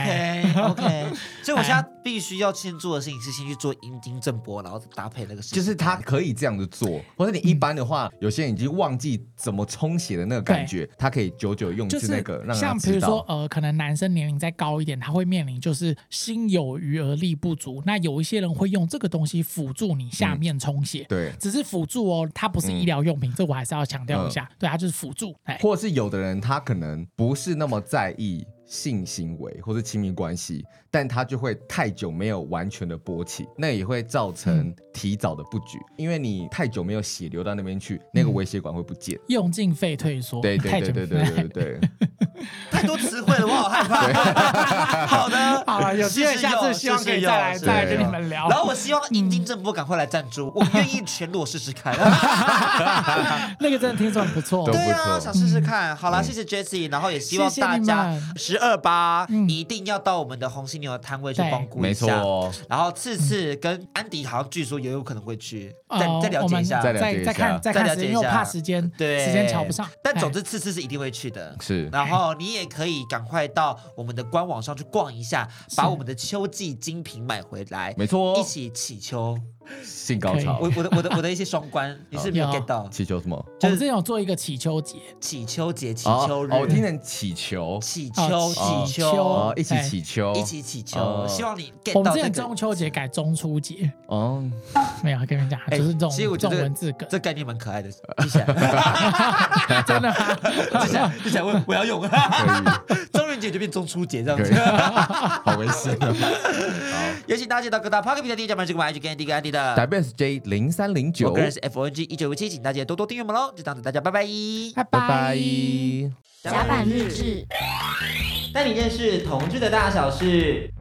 OK， 所以我现在必须要先做的事情是先去做阴茎震波，然后搭配那个。 就是它可以这样子做，或者你一般的话，有些人已经忘记怎么充血的那个感觉，它可以久久用是那个让他知道。 像比如说可能男生年龄再高一点，他会面临就是心有余而力不足，那有一些人会用这个东西辅助你下面充血， 对， 只是辅助哦，它不是医疗用品，这我还是要强调一下，对，它就是辅助。 或者是有的人他可能不是那么在意性行为或是亲密关系，但他就会太久没有完全的勃起，那也会造成提早的不举，因为你太久没有血流到那边去，那个微血管会不见， 用进废退缩。 对， 太多词汇了，我好害怕。好的， 好了，有机会下次希望可以再来跟你们聊。 然后我希望阴茎正波赶快来赞助，我愿意全裸试试看。 那个真的听说很不错， 对啊，想试试看。好啦，谢谢 Jessie， 然后也希望大家12/8一定要到我们的红犀牛的摊位去光顾一下。没错。然后次跟安迪好像据说也有可能会去，再了解一下， 再看时间，因为我怕时间瞧不上。 但总之次是一定会去的。 是。 然后你也可以赶快到我们的官网上去逛一下，把我们的秋季精品买回来。 没错。 一起祈求性高潮。 我的一些双关，你是没有 get 到？ 祈求什么？ 我们之前有做一个祈秋节， 祈秋日。 我听成祈求， 祈秋， 一起祈秋， 希望你 get 到。 我们之前中秋节改中秋节。哦，没有跟你们讲，就是这种文字梗， 这概念蛮可爱的，记起来。 真的吗？ 记起来我要用。中元节就变中秋节这样子， 好危险。 有请大家接到各大 Pocket 平台第一家门是我们 IG 跟 Andy 跟 Andy 的 WSJ0309， 我个人是 FONG1957，请大家多多订阅我们喽，就这样子，大家拜拜， 拜拜。 甲板日志， 带你认识同志的大小事。